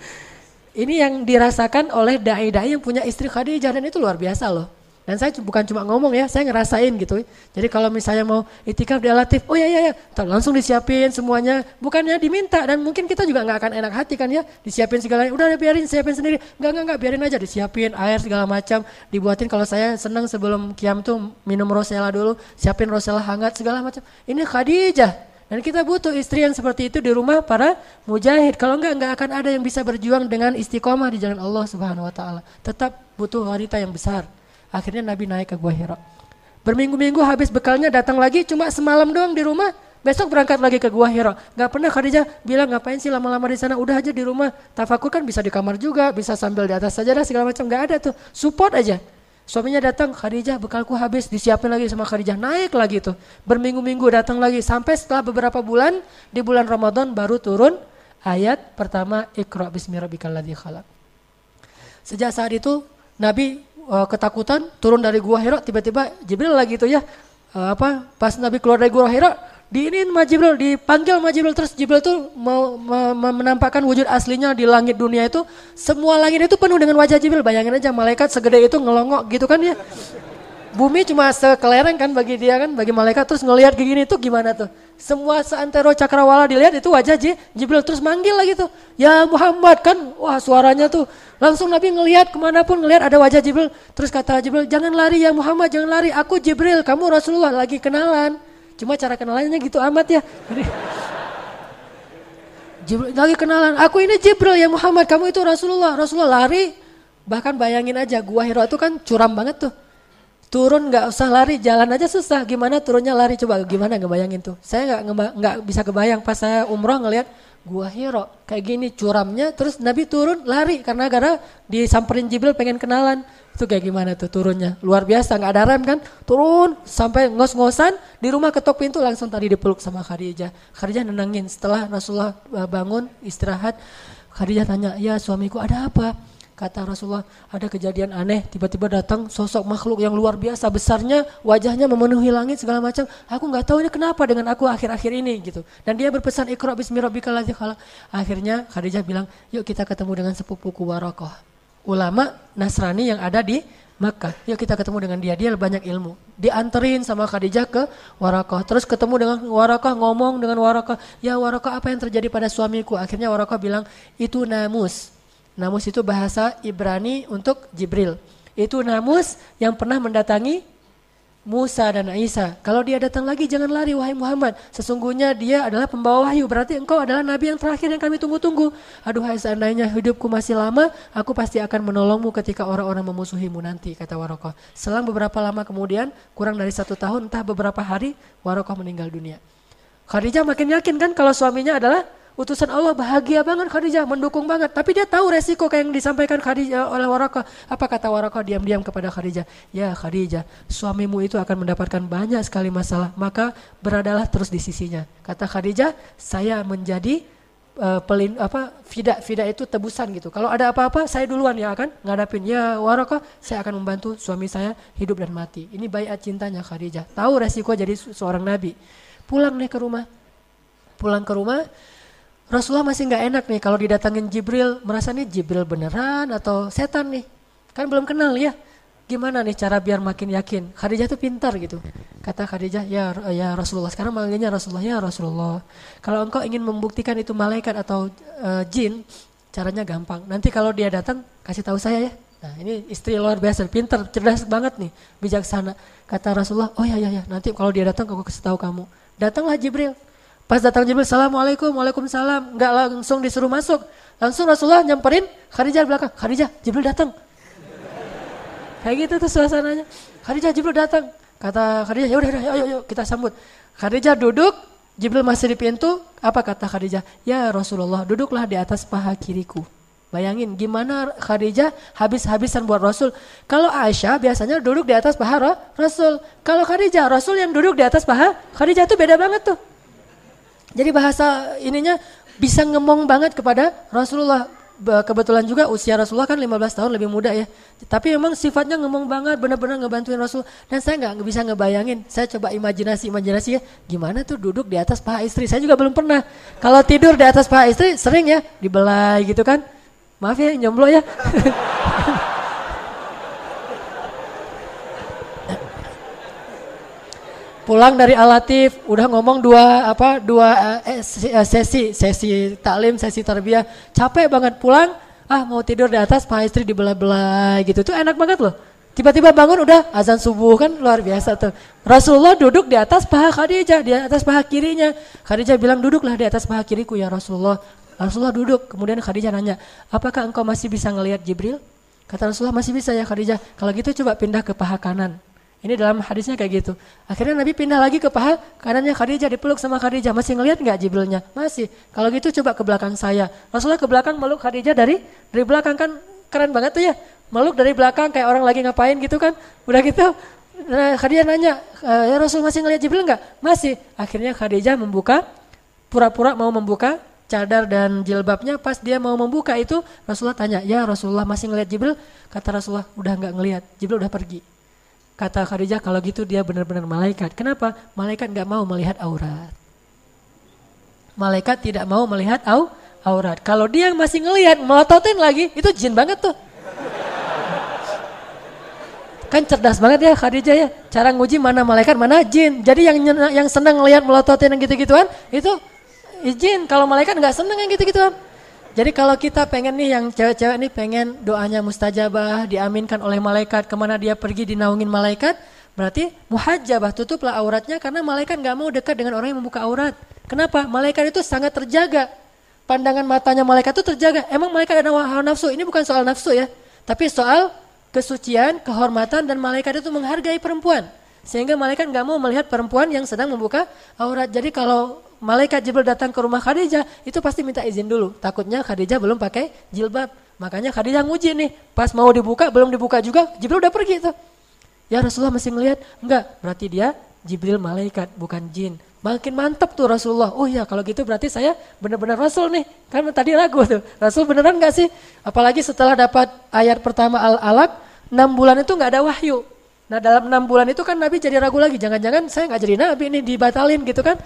Ini yang dirasakan oleh dai-dai yang punya istri Khadijah dan itu luar biasa loh. Dan saya bukan cuma ngomong ya, saya ngerasain gitu. Jadi kalau misalnya mau itikaf di Al-Latif, oh ya ya ya, langsung disiapin semuanya. Bukannya diminta dan mungkin kita juga nggak akan enak hati kan ya, disiapin segalanya. Udah biarin, siapin sendiri. Nggak nggak nggak, biarin aja, disiapin air segala macam, dibuatin. Kalau saya senang sebelum qiyam tuh minum rosella dulu, siapin rosella hangat segala macam. Ini Khadijah. Dan kita butuh istri yang seperti itu di rumah para mujahid. Kalau enggak, enggak akan ada yang bisa berjuang dengan istiqomah di jalan Allah Subhanahu Wa Taala. Tetap butuh wanita yang besar. Akhirnya Nabi naik ke Gua Hira. Berminggu-minggu habis bekalnya datang lagi cuma semalam doang di rumah. Besok berangkat lagi ke Gua Hira. Gak pernah Khadijah bilang ngapain sih lama-lama di sana. Udah aja di rumah. Tafakur kan bisa di kamar juga. Bisa sambil di atas sajadah segala macam. Gak ada tuh. Support aja. Suaminya datang, Khadijah bekalku habis. Disiapin lagi sama Khadijah. Naik lagi tuh. Berminggu-minggu datang lagi. Sampai setelah beberapa bulan. Di bulan Ramadan baru turun ayat pertama. Iqra bismi rabbikal ladzi khalaq. Sejak saat itu Nabi Uh, ketakutan turun dari Gua Hira, tiba-tiba Jibril lagi itu ya, uh, apa pas Nabi keluar dari Gua Hira diinin sama Jibril, dipanggil sama Jibril, terus Jibril tuh mau me- me- menampakkan wujud aslinya di langit dunia itu, semua langit itu penuh dengan wajah Jibril. Bayangin aja malaikat segede itu ngelongok gitu kan ya, bumi cuma sekelereng kan bagi dia kan, bagi malaikat, terus ngelihat kayak gini tuh gimana tuh, semua seantero cakrawala dilihat itu wajah Jibril, terus manggil lagi tuh, ya Muhammad kan, wah suaranya tuh langsung Nabi ngelihat kemanapun ngelihat ada wajah Jibril. Terus kata Jibril, jangan lari ya Muhammad, jangan lari. Aku Jibril, kamu Rasulullah, lagi kenalan. Cuma cara kenalannya gitu amat ya. Jadi, Jibril lagi kenalan. Aku ini Jibril ya Muhammad, kamu itu Rasulullah. Rasulullah lari. Bahkan bayangin aja Gua Hira itu kan curam banget tuh. Turun nggak usah lari, jalan aja susah. Gimana turunnya lari, coba gimana ngebayangin tuh. Saya nggak nggak bisa kebayang pas saya umroh ngelihat Gua Hira kayak gini curamnya, terus Nabi turun lari karena gara disamperin Jibril pengen kenalan. Itu kayak gimana tuh turunnya, luar biasa, nggak ada rem kan, turun sampai ngos-ngosan di rumah, ketok pintu langsung tadi dipeluk sama Khadijah. Khadijah nenangin. Setelah Rasulullah bangun istirahat, Khadijah tanya, ya suamiku ada apa? Kata Rasulullah, ada kejadian aneh, tiba-tiba datang sosok makhluk yang luar biasa besarnya, wajahnya memenuhi langit segala macam. Aku nggak tahu ini kenapa dengan aku akhir-akhir ini gitu. Dan dia berpesan Iqra bismi rabbikal ladzi khalaq. Akhirnya Khadijah bilang, yuk kita ketemu dengan sepupuku Waraqah, ulama Nasrani yang ada di Makkah. Yuk kita ketemu dengan dia, dia banyak ilmu. Dianterin sama Khadijah ke Waraqah. Terus ketemu dengan Waraqah, ngomong dengan Waraqah, ya Waraqah apa yang terjadi pada suamiku? Akhirnya Waraqah bilang, itu namus. Namus itu bahasa Ibrani untuk Jibril. Itu namus yang pernah mendatangi Musa dan Isa. Kalau dia datang lagi jangan lari wahai Muhammad. Sesungguhnya dia adalah pembawa wahyu. Berarti engkau adalah nabi yang terakhir yang kami tunggu-tunggu. Aduhai seandainya hidupku masih lama, aku pasti akan menolongmu ketika orang-orang memusuhimu nanti, kata Waraqah. Selang beberapa lama kemudian, kurang dari satu tahun, entah beberapa hari, Waraqah meninggal dunia. Khadijah makin yakin kan kalau suaminya adalah utusan Allah, bahagia banget Khadijah, mendukung banget. Tapi dia tahu resiko kayak yang disampaikan Khadijah oleh Waraqah. Apa kata Waraqah diam-diam kepada Khadijah? Ya Khadijah, suamimu itu akan mendapatkan banyak sekali masalah, maka beradalah terus di sisinya. Kata Khadijah, saya menjadi uh, pelin apa fida fida itu tebusan gitu. Kalau ada apa-apa saya duluan yang akan ngadapin. Ya Waraqah, saya akan membantu suami saya hidup dan mati. Ini baiat cintanya Khadijah. Tahu resiko jadi seorang nabi. Pulang nih ke rumah. Pulang ke rumah, Rasulullah masih nggak enak nih kalau didatangin Jibril, merasa nih Jibril beneran atau setan nih. Kan belum kenal ya. Gimana nih cara biar makin yakin? Khadijah tuh pintar gitu. Kata Khadijah, ya ya Rasulullah. Sekarang manggilnya Rasulullah, ya Rasulullah. Kalau engkau ingin membuktikan itu malaikat atau uh, jin, caranya gampang. Nanti kalau dia datang, kasih tahu saya ya. Nah ini istri luar biasa, pintar, cerdas banget nih, bijaksana. Kata Rasulullah, oh ya ya ya. Nanti kalau dia datang, aku kasih tahu kamu. Datanglah Jibril. Pas datang Jibril, Assalamualaikum, Waalaikumsalam. Enggak langsung disuruh masuk. Langsung Rasulullah nyamperin Khadijah di belakang. Khadijah, Jibril datang. Kayak gitu tuh suasananya. Khadijah, Jibril datang. Kata Khadijah, ya udah, ayo, ayo kita sambut. Khadijah duduk, Jibril masih di pintu. Apa kata Khadijah? Ya Rasulullah, duduklah di atas paha kiriku. Bayangin gimana Khadijah habis-habisan buat Rasul. Kalau Aisyah biasanya duduk di atas paha Rasul. Kalau Khadijah, Rasul yang duduk di atas paha Khadijah itu beda banget tuh. Jadi bahasa ininya bisa ngemong banget kepada Rasulullah. Kebetulan juga usia Rasulullah kan lima belas tahun lebih muda ya. Tapi memang sifatnya ngomong banget, benar-benar ngebantuin Rasul. Dan saya nggak bisa ngebayangin, saya coba imajinasi-imajinasi ya. Gimana tuh duduk di atas paha istri, saya juga belum pernah. Kalau tidur di atas paha istri sering ya, dibelai gitu kan. Maaf ya, jomblo ya. Pulang dari Al-Latif, udah ngomong dua apa dua eh, sesi, sesi taklim, sesi tarbiyah, capek banget pulang, ah mau tidur di atas paha istri dibelah-belah gitu, tuh enak banget loh. Tiba-tiba bangun udah azan subuh kan luar biasa tuh. Rasulullah duduk di atas paha Khadijah, di atas paha kirinya. Khadijah bilang duduklah di atas paha kiriku ya Rasulullah. Rasulullah duduk, kemudian Khadijah nanya, apakah engkau masih bisa ngelihat Jibril? Kata Rasulullah masih bisa ya Khadijah. Kalau gitu coba pindah ke paha kanan. Ini dalam hadisnya kayak gitu. Akhirnya Nabi pindah lagi ke paha kanannya Khadijah, dipeluk sama Khadijah. Masih ngelihat nggak Jibrilnya? Masih. Kalau gitu coba ke belakang saya. Rasulullah ke belakang meluk Khadijah dari dari belakang, kan keren banget tuh ya. Meluk dari belakang kayak orang lagi ngapain gitu kan. Udah gitu nah, Khadijah nanya, ya Rasul masih ngelihat Jibril nggak? Masih. Akhirnya Khadijah membuka, pura-pura mau membuka cadar dan jilbabnya. Pas dia mau membuka itu Rasulullah tanya, ya Rasulullah masih ngelihat Jibril? Kata Rasulullah udah nggak ngelihat, Jibril udah pergi. Kata Khadijah, kalau gitu dia benar-benar malaikat. Kenapa? Malaikat gak mau melihat aurat. Malaikat tidak mau melihat au, aurat. Kalau dia masih ngelihat, melototin lagi, itu jin banget tuh. Kan cerdas banget ya Khadijah ya. Cara nguji mana malaikat, mana jin. Jadi yang yang senang ngelihat melototin yang gitu-gituan, itu jin. Kalau malaikat gak senang yang gitu-gituan. Jadi kalau kita pengen nih, yang cewek-cewek nih pengen doanya mustajabah, diaminkan oleh malaikat, kemana dia pergi dinaungin malaikat, berarti muhajjabah, tutuplah auratnya, karena malaikat gak mau dekat dengan orang yang membuka aurat. Kenapa? Malaikat itu sangat terjaga. Pandangan matanya malaikat itu terjaga. Emang malaikat ada hawa nafsu? Ini bukan soal nafsu ya, tapi soal kesucian, kehormatan, dan malaikat itu menghargai perempuan. Sehingga malaikat gak mau melihat perempuan yang sedang membuka aurat. Jadi kalau malaikat Jibril datang ke rumah Khadijah, itu pasti minta izin dulu. Takutnya Khadijah belum pakai jilbab. Makanya Khadijah nguji nih. Pas mau dibuka, belum dibuka juga, Jibril udah pergi tuh. Ya Rasulullah masih ngelihat? Enggak, berarti dia Jibril malaikat, bukan jin. Makin mantap tuh Rasulullah. Oh ya kalau gitu berarti saya benar-benar Rasul nih. Kan tadi ragu tuh, Rasul beneran gak sih? Apalagi setelah dapat ayat pertama Al-Alaq, enam bulan itu gak ada wahyu. Nah dalam enam bulan itu kan Nabi jadi ragu lagi. Jangan-jangan saya gak jadi Nabi nih, dibatalin gitu kan.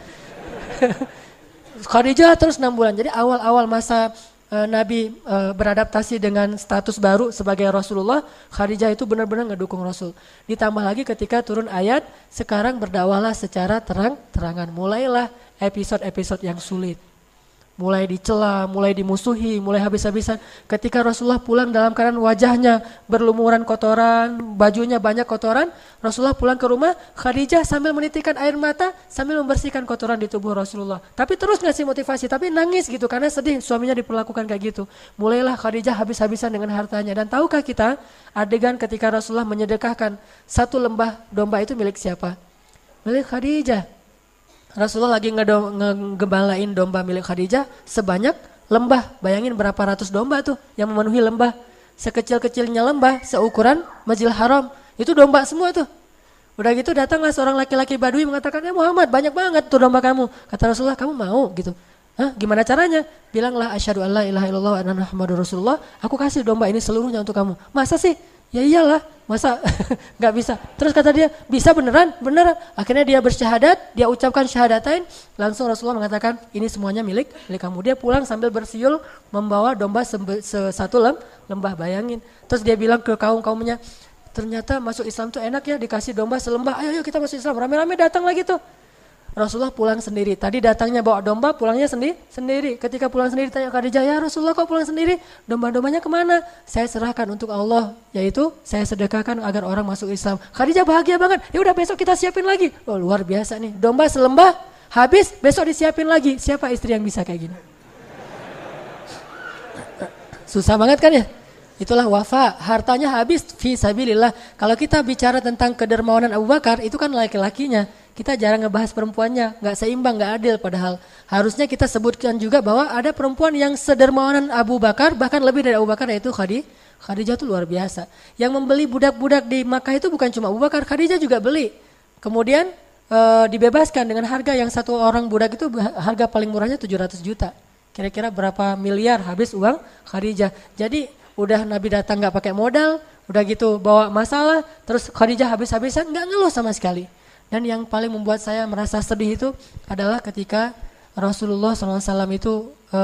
Khadijah terus enam bulan. Jadi awal-awal masa uh, Nabi uh, beradaptasi dengan status baru sebagai Rasulullah, Khadijah itu benar-benar ngedukung Rasul. Ditambah lagi ketika turun ayat, sekarang berdakwahlah secara terang-terangan. Mulailah episode-episode yang sulit. Mulai dicela, mulai dimusuhi, mulai habis-habisan. Ketika Rasulullah pulang dalam keadaan wajahnya berlumuran kotoran, bajunya banyak kotoran, Rasulullah pulang ke rumah, Khadijah sambil menitikkan air mata, sambil membersihkan kotoran di tubuh Rasulullah. Tapi terus ngasih motivasi, tapi nangis gitu karena sedih suaminya diperlakukan kayak gitu. Mulailah Khadijah habis-habisan dengan hartanya. Dan tahukah kita adegan ketika Rasulullah menyedekahkan satu lembah domba itu milik siapa? Milik Khadijah. Rasulullah lagi ngegembalain domba milik Khadijah sebanyak lembah. Bayangin berapa ratus domba tuh yang memenuhi lembah. Sekecil-kecilnya lembah, seukuran Masjidil Haram. Itu domba semua tuh. Udah gitu datanglah seorang laki-laki Badui mengatakan, ya Muhammad banyak banget tuh domba kamu. Kata Rasulullah, kamu mau gitu? Hah, gimana caranya? Bilanglah asyhadu alla ilaha illallah wa anna muhammadur rasulullah. Aku kasih domba ini seluruhnya untuk kamu. Masa sih? Ya iyalah, masa nggak bisa. Terus kata dia, bisa beneran? Beneran. Akhirnya dia bersyahadat, dia ucapkan syahadatain. Langsung Rasulullah mengatakan, ini semuanya milik milik kamu. Dia pulang sambil bersiul membawa domba satu lem, lembah, bayangin. Terus dia bilang ke kaum-kaumnya, ternyata masuk Islam tuh enak ya, dikasih domba selembah. Ayo, ayo kita masuk Islam. Rame-rame datang lagi tuh. Rasulullah pulang sendiri. Tadi datangnya bawa domba, pulangnya sendiri. Sendiri. Ketika pulang sendiri tanya Khadijah, ya Rasulullah kok pulang sendiri? Domba-dombanya kemana? Saya serahkan untuk Allah, yaitu saya sedekahkan agar orang masuk Islam. Khadijah bahagia banget. Ya udah besok kita siapin lagi. Oh luar biasa nih. Domba selembah habis, besok disiapin lagi. Siapa istri yang bisa kayak gini? Susah banget kan ya? Itulah wafa, hartanya habis fi sabilillah. Kalau kita bicara tentang kedermawanan Abu Bakar, itu kan laki-lakinya. Kita jarang ngebahas perempuannya, nggak seimbang, nggak adil. Padahal harusnya kita sebutkan juga bahwa ada perempuan yang sedermawanan Abu Bakar, bahkan lebih dari Abu Bakar, yaitu Khadijah. Khadijah itu luar biasa. Yang membeli budak-budak di Makkah itu bukan cuma Abu Bakar, Khadijah juga beli. Kemudian e, dibebaskan dengan harga yang satu orang budak itu harga paling murahnya tujuh ratus juta. Kira-kira berapa miliar habis uang Khadijah. Jadi udah Nabi datang nggak pakai modal, udah gitu bawa masalah, terus Khadijah habis-habisan nggak ngeluh sama sekali. Dan yang paling membuat saya merasa sedih itu adalah ketika Rasulullah shallallahu alaihi wasallam itu e,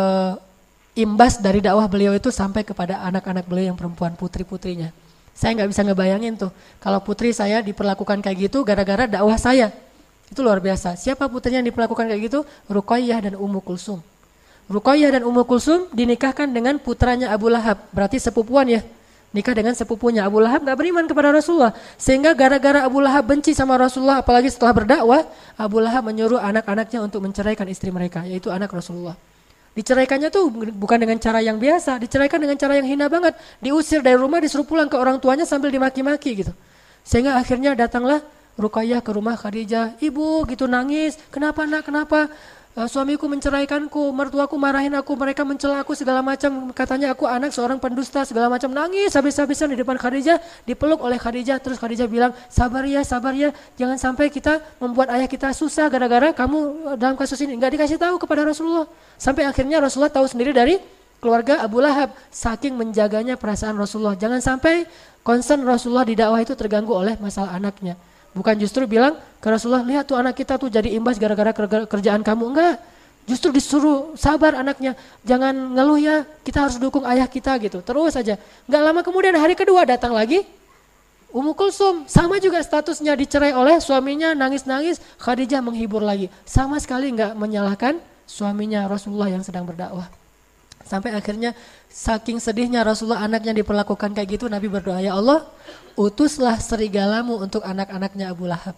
imbas dari dakwah beliau itu sampai kepada anak-anak beliau yang perempuan, putri-putrinya. Saya nggak bisa ngebayangin tuh kalau putri saya diperlakukan kayak gitu gara-gara dakwah saya. Itu luar biasa. Siapa putrinya yang diperlakukan kayak gitu? Ruqayyah dan Ummu Kulsum. Ruqayyah dan Ummu Kulsum dinikahkan dengan putranya Abu Lahab, berarti sepupuan ya. Nikah dengan sepupunya. Abu Lahab gak beriman kepada Rasulullah. Sehingga gara-gara Abu Lahab benci sama Rasulullah, apalagi setelah berdakwah, Abu Lahab menyuruh anak-anaknya untuk menceraikan istri mereka, yaitu anak Rasulullah. Diceraikannya tuh bukan dengan cara yang biasa, diceraikan dengan cara yang hina banget. Diusir dari rumah, disuruh pulang ke orang tuanya sambil dimaki-maki gitu. Sehingga akhirnya datanglah Ruqayyah ke rumah Khadijah. Ibu gitu nangis, kenapa nak, kenapa? Uh, suamiku menceraikanku, mertuaku marahin aku, mereka mencela aku segala macam, katanya aku anak seorang pendusta segala macam, nangis habis-habisan di depan Khadijah, dipeluk oleh Khadijah. Terus Khadijah bilang, sabar ya, sabar ya, jangan sampai kita membuat ayah kita susah gara-gara kamu dalam kasus ini. Nggak dikasih tahu kepada Rasulullah. Sampai akhirnya Rasulullah tahu sendiri dari keluarga Abu Lahab, saking menjaganya perasaan Rasulullah. Jangan sampai concern Rasulullah di dakwah itu terganggu oleh masalah anaknya. Bukan justru bilang ke Rasulullah, lihat tuh anak kita tuh jadi imbas gara-gara kerjaan kamu. Enggak, justru disuruh sabar anaknya, jangan ngeluh ya, kita harus dukung ayah kita gitu. Terus aja. Enggak lama kemudian hari kedua datang lagi Ummu Kulsum, sama juga statusnya, dicerai oleh suaminya, nangis-nangis. Khadijah menghibur lagi, sama sekali enggak menyalahkan suaminya Rasulullah yang sedang berdakwah. Sampai akhirnya saking sedihnya Rasulullah anaknya diperlakukan kayak gitu, Nabi berdoa, ya Allah, utuslah serigalamu untuk anak-anaknya Abu Lahab.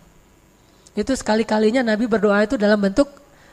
Itu sekali-kalinya Nabi berdoa itu dalam bentuk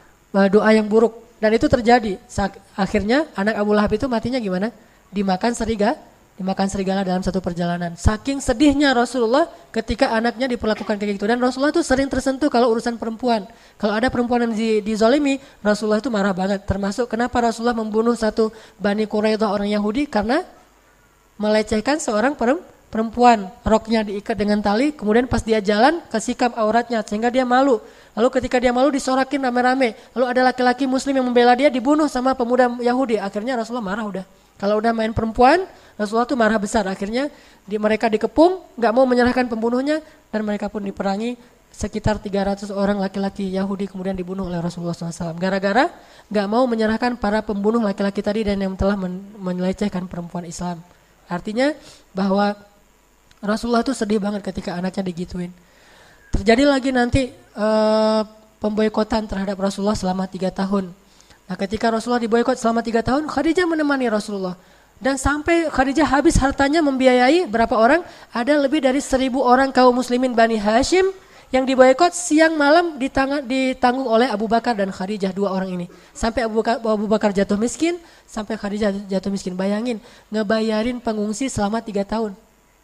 doa yang buruk. Dan itu terjadi. Akhirnya anak Abu Lahab itu matinya gimana? Dimakan serigala, dimakan serigala dalam satu perjalanan. Saking sedihnya Rasulullah ketika anaknya diperlakukan kayak gitu. Dan Rasulullah itu sering tersentuh kalau urusan perempuan. Kalau ada perempuan yang dizolimi, Rasulullah itu marah banget. Termasuk kenapa Rasulullah membunuh satu Bani Quraidah orang Yahudi, karena melecehkan seorang perempuan. Roknya diikat dengan tali, kemudian pas dia jalan kesikap auratnya sehingga dia malu. Lalu ketika dia malu disorakin rame-rame. Lalu ada laki-laki muslim yang membela dia, dibunuh sama pemuda Yahudi. Akhirnya Rasulullah marah udah. Kalau udah main perempuan, Rasulullah tuh marah besar. Akhirnya di, mereka dikepung, gak mau menyerahkan pembunuhnya, dan mereka pun diperangi. Sekitar tiga ratus orang laki-laki Yahudi kemudian dibunuh oleh Rasulullah shallallahu alaihi wasallam. Gara-gara gak mau menyerahkan para pembunuh laki-laki tadi dan yang telah men- melecehkan perempuan Islam. Artinya bahwa Rasulullah tuh sedih banget ketika anaknya digituin. Terjadi lagi nanti uh, pemboikotan terhadap Rasulullah selama tiga tahun. Nah ketika Rasulullah diboikot selama tiga tahun, Khadijah menemani Rasulullah. Dan sampai Khadijah habis hartanya membiayai berapa orang? Ada lebih dari seribu orang kaum muslimin Bani Hashim yang diboikot, siang malam ditang- ditanggung oleh Abu Bakar dan Khadijah, dua orang ini. Sampai Abu Bakar, Abu Bakar jatuh miskin, sampai Khadijah jatuh miskin. Bayangin, ngebayarin pengungsi selama tiga tahun.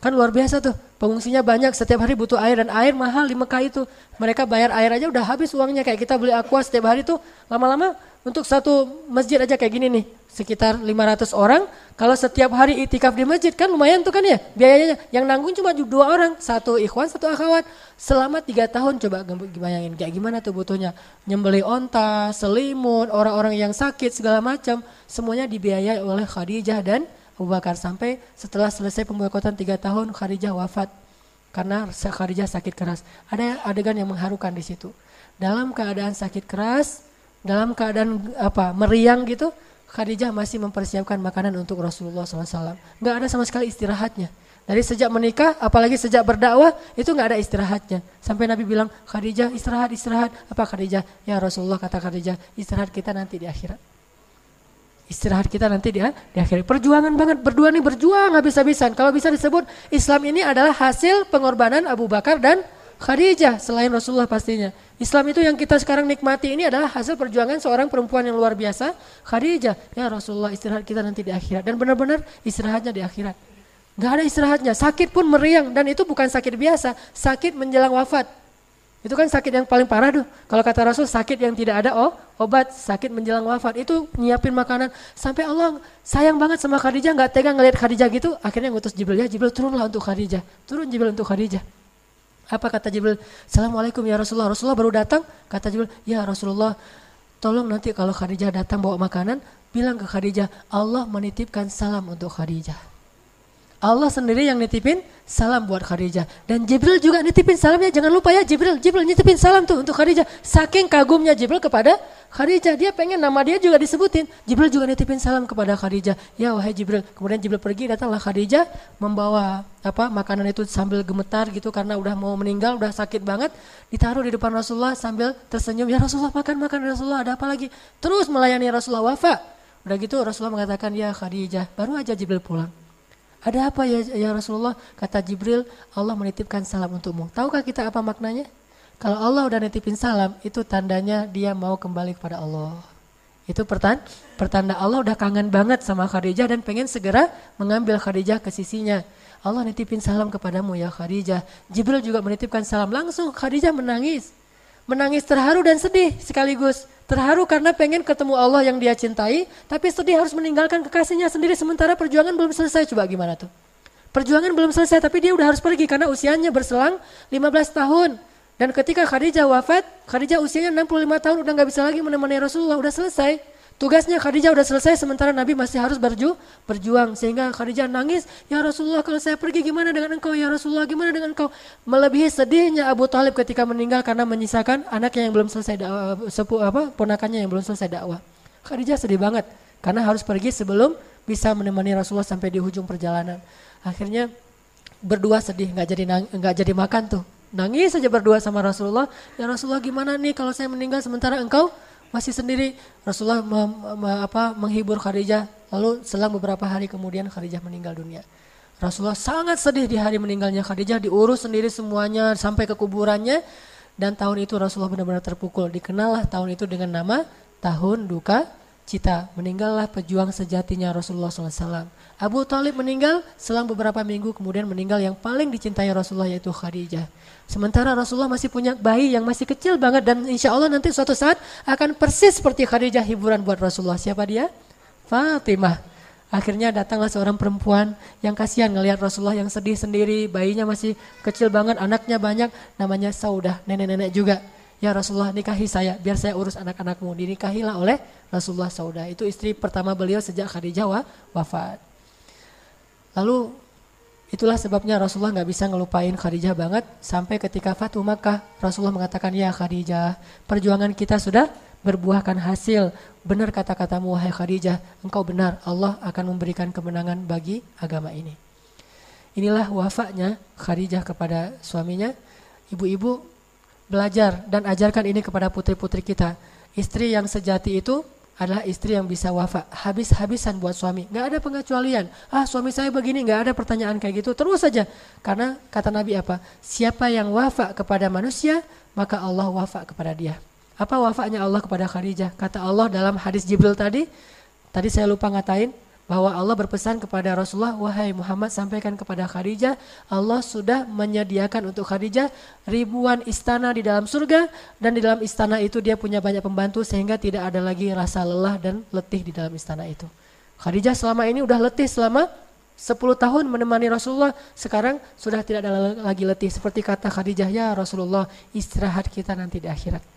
Kan luar biasa tuh, pengungsinya banyak, setiap hari butuh air dan air mahal di Mekah itu. Mereka bayar air aja udah habis uangnya, kayak kita beli aqua setiap hari tuh lama-lama untuk satu masjid aja kayak gini nih, sekitar lima ratus orang. Kalau setiap hari itikaf di masjid kan lumayan tuh kan ya biayanya. Yang nanggung cuma dua orang, satu ikhwan, satu akhwat. Selama tiga tahun coba bayangin kayak gimana tuh butuhnya. Nyembeli onta, selimut, orang-orang yang sakit segala macam, semuanya dibiayai oleh Khadijah dan Abu Bakar. Sampai setelah selesai pemboikotan tiga tahun, Khadijah wafat karena Khadijah sakit keras. Ada adegan yang mengharukan di situ. Dalam keadaan sakit keras, dalam keadaan apa meriang gitu, Khadijah masih mempersiapkan makanan untuk Rasulullah shallallahu alaihi wasallam. Nggak ada sama sekali istirahatnya. Dari sejak menikah, apalagi sejak berdakwah, itu nggak ada istirahatnya. Sampai Nabi bilang, Khadijah istirahat, istirahat. Apa Khadijah? Ya Rasulullah, kata Khadijah, istirahat kita nanti di akhirat. Istirahat kita nanti dia di akhir. Perjuangan banget, berdua nih berjuang habis-habisan. Kalau bisa disebut Islam ini adalah hasil pengorbanan Abu Bakar dan Khadijah selain Rasulullah pastinya. Islam itu yang kita sekarang nikmati ini adalah hasil perjuangan seorang perempuan yang luar biasa, Khadijah. Ya Rasulullah, istirahat kita nanti di akhirat. Dan benar-benar istirahatnya di akhirat. Gak ada istirahatnya, sakit pun meriang. Dan itu bukan sakit biasa, sakit menjelang wafat. Itu kan sakit yang paling parah tuh. Kalau kata Rasul, sakit yang tidak ada oh, obat, sakit menjelang wafat. Itu nyiapin makanan. Sampai Allah sayang banget sama Khadijah, gak tega ngelihat Khadijah gitu. Akhirnya ngutus Jibril, ya Jibril turunlah untuk Khadijah. Turun Jibril untuk Khadijah. Apa kata Jibril? Assalamualaikum ya Rasulullah. Rasulullah baru datang. Kata Jibril, ya Rasulullah, tolong nanti kalau Khadijah datang bawa makanan, bilang ke Khadijah, Allah menitipkan salam untuk Khadijah. Allah sendiri yang nitipin salam buat Khadijah. Dan Jibril juga nitipin salamnya. Jangan lupa ya Jibril. Jibril nitipin salam tuh untuk Khadijah. Saking kagumnya Jibril kepada Khadijah. Dia pengen nama dia juga disebutin. Jibril juga nitipin salam kepada Khadijah. Ya wahai Jibril. Kemudian Jibril pergi, datanglah Khadijah membawa apa makanan itu sambil gemetar gitu karena udah mau meninggal, udah sakit banget. Ditaruh di depan Rasulullah sambil tersenyum. Ya Rasulullah, makan, makan Rasulullah, ada apa lagi? Terus melayani Rasulullah wafat. Udah gitu Rasulullah mengatakan, ya Khadijah, baru aja Jibril pulang. Ada apa ya, ya Rasulullah? Kata Jibril, Allah menitipkan salam untukmu. Tahukah kita apa maknanya? Kalau Allah udah nitipin salam, itu tandanya dia mau kembali kepada Allah. Itu pertanda, pertanda Allah udah kangen banget sama Khadijah dan pengen segera mengambil Khadijah ke sisinya. Allah nitipin salam kepadamu ya Khadijah. Jibril juga menitipkan salam. Langsung Khadijah menangis. Menangis terharu dan sedih sekaligus. Terharu karena pengen ketemu Allah yang dia cintai, tapi sedih harus meninggalkan kekasihnya sendiri sementara perjuangan belum selesai. Coba gimana tuh? Perjuangan belum selesai tapi dia udah harus pergi karena usianya berselang lima belas tahun. Dan ketika Khadijah wafat, Khadijah usianya enam puluh lima tahun, udah gak bisa lagi menemani Rasulullah, udah selesai. Tugasnya Khadijah udah selesai sementara Nabi masih harus berju, berjuang. Sehingga Khadijah nangis, ya Rasulullah kalau saya pergi gimana dengan engkau? Ya Rasulullah gimana dengan engkau? Melebihi sedihnya Abu Thalib ketika meninggal karena menyisakan anaknya yang belum selesai dakwah, sepu, apa, ponakannya yang belum selesai dakwah. Khadijah sedih banget karena harus pergi sebelum bisa menemani Rasulullah sampai di ujung perjalanan. Akhirnya berdua sedih, nggak jadi nggak jadi makan tuh. Nangis saja berdua sama Rasulullah. Ya Rasulullah gimana nih kalau saya meninggal sementara engkau masih sendiri? Rasulullah mem, me, apa, menghibur Khadijah. Lalu selang beberapa hari kemudian Khadijah meninggal dunia. Rasulullah sangat sedih di hari meninggalnya Khadijah. Diurus sendiri semuanya sampai ke kuburannya. Dan tahun itu Rasulullah benar-benar terpukul. Dikenallah tahun itu dengan nama Tahun Duka Cita. Meninggallah pejuang sejatinya Rasulullah shallallahu alaihi wasallam. Abu Thalib meninggal selang beberapa minggu kemudian meninggal yang paling dicintai Rasulullah yaitu Khadijah. Sementara Rasulullah masih punya bayi yang masih kecil banget dan insya Allah nanti suatu saat akan persis seperti Khadijah hiburan buat Rasulullah. Siapa dia? Fatimah. Akhirnya datanglah seorang perempuan yang kasihan ngelihat Rasulullah yang sedih sendiri, bayinya masih kecil banget, anaknya banyak, namanya Saudah, nenek-nenek juga. Ya Rasulullah nikahi saya, biar saya urus anak-anakmu. Dinikahilah oleh Rasulullah Saudah. Itu istri pertama beliau sejak Khadijah wafat. Lalu itulah sebabnya Rasulullah gak bisa ngelupain Khadijah banget. Sampai ketika Fatu Makkah, Rasulullah mengatakan, ya Khadijah, perjuangan kita sudah berbuahkan hasil. Benar kata-katamu wahai Khadijah, engkau benar, Allah akan memberikan kemenangan bagi agama ini. Inilah wafatnya Khadijah kepada suaminya. Ibu-ibu belajar dan ajarkan ini kepada putri-putri kita. Istri yang sejati itu adalah istri yang bisa wafa, habis-habisan buat suami. Gak ada pengecualian. Ah suami saya begini, gak ada pertanyaan kayak gitu. Terus saja. Karena kata Nabi apa? Siapa yang wafa kepada manusia, maka Allah wafa kepada dia. Apa wafanya Allah kepada Khadijah? Kata Allah dalam hadis Jibril tadi, tadi saya lupa ngatain, bahwa Allah berpesan kepada Rasulullah, wahai Muhammad sampaikan kepada Khadijah, Allah sudah menyediakan untuk Khadijah ribuan istana di dalam surga, dan di dalam istana itu dia punya banyak pembantu sehingga tidak ada lagi rasa lelah dan letih di dalam istana itu. Khadijah selama ini udah letih selama sepuluh tahun menemani Rasulullah, sekarang sudah tidak ada lagi letih. Seperti kata Khadijah, ya Rasulullah, istirahat kita nanti di akhirat.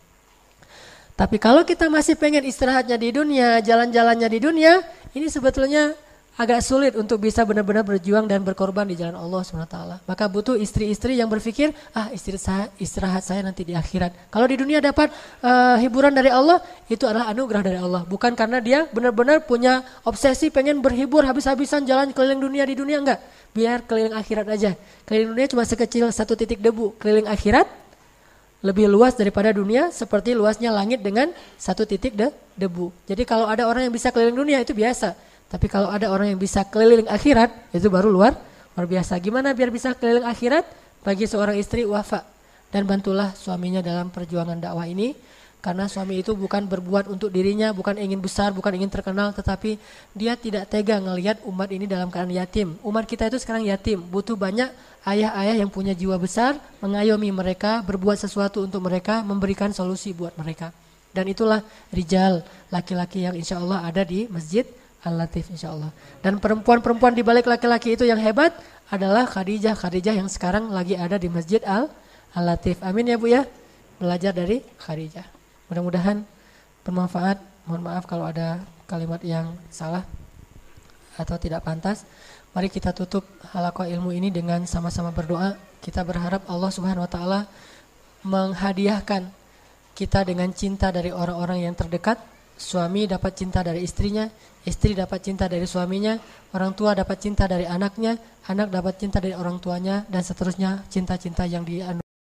Tapi kalau kita masih pengen istirahatnya di dunia, jalan-jalannya di dunia, ini sebetulnya agak sulit untuk bisa benar-benar berjuang dan berkorban di jalan Allah subhanahu wa taala. Maka butuh istri-istri yang berpikir, ah istri saya, istirahat saya nanti di akhirat. Kalau di dunia dapat uh, hiburan dari Allah, itu adalah anugerah dari Allah. Bukan karena dia benar-benar punya obsesi pengen berhibur habis-habisan jalan keliling dunia di dunia, enggak. Biar keliling akhirat aja. Keliling dunia cuma sekecil satu titik debu. Keliling akhirat lebih luas daripada dunia, seperti luasnya langit dengan satu titik de, debu. Jadi kalau ada orang yang bisa keliling dunia itu biasa. Tapi kalau ada orang yang bisa keliling akhirat, itu baru luar luar biasa. Gimana biar bisa keliling akhirat? Bagi seorang istri, wafa. Dan bantulah suaminya dalam perjuangan dakwah ini. Karena suami itu bukan berbuat untuk dirinya, bukan ingin besar, bukan ingin terkenal, tetapi dia tidak tega ngelihat umat ini dalam keadaan yatim. Umat kita itu sekarang yatim, butuh banyak ayah-ayah yang punya jiwa besar, mengayomi mereka, berbuat sesuatu untuk mereka, memberikan solusi buat mereka. Dan itulah rijal, laki-laki yang insya Allah ada di Masjid Al-Latif insya Allah. Dan perempuan-perempuan di balik laki-laki itu yang hebat adalah Khadijah. Khadijah yang sekarang lagi ada di Masjid Al-Latif. Amin ya Bu ya, belajar dari Khadijah. Mudah-mudahan bermanfaat. Mohon maaf kalau ada kalimat yang salah atau tidak pantas. Mari kita tutup halaqah ilmu ini dengan sama-sama berdoa. Kita berharap Allah Subhanahu wa taala menghadiahkan kita dengan cinta dari orang-orang yang terdekat. Suami dapat cinta dari istrinya, istri dapat cinta dari suaminya, orang tua dapat cinta dari anaknya, anak dapat cinta dari orang tuanya, dan seterusnya cinta-cinta yang dianugerahkan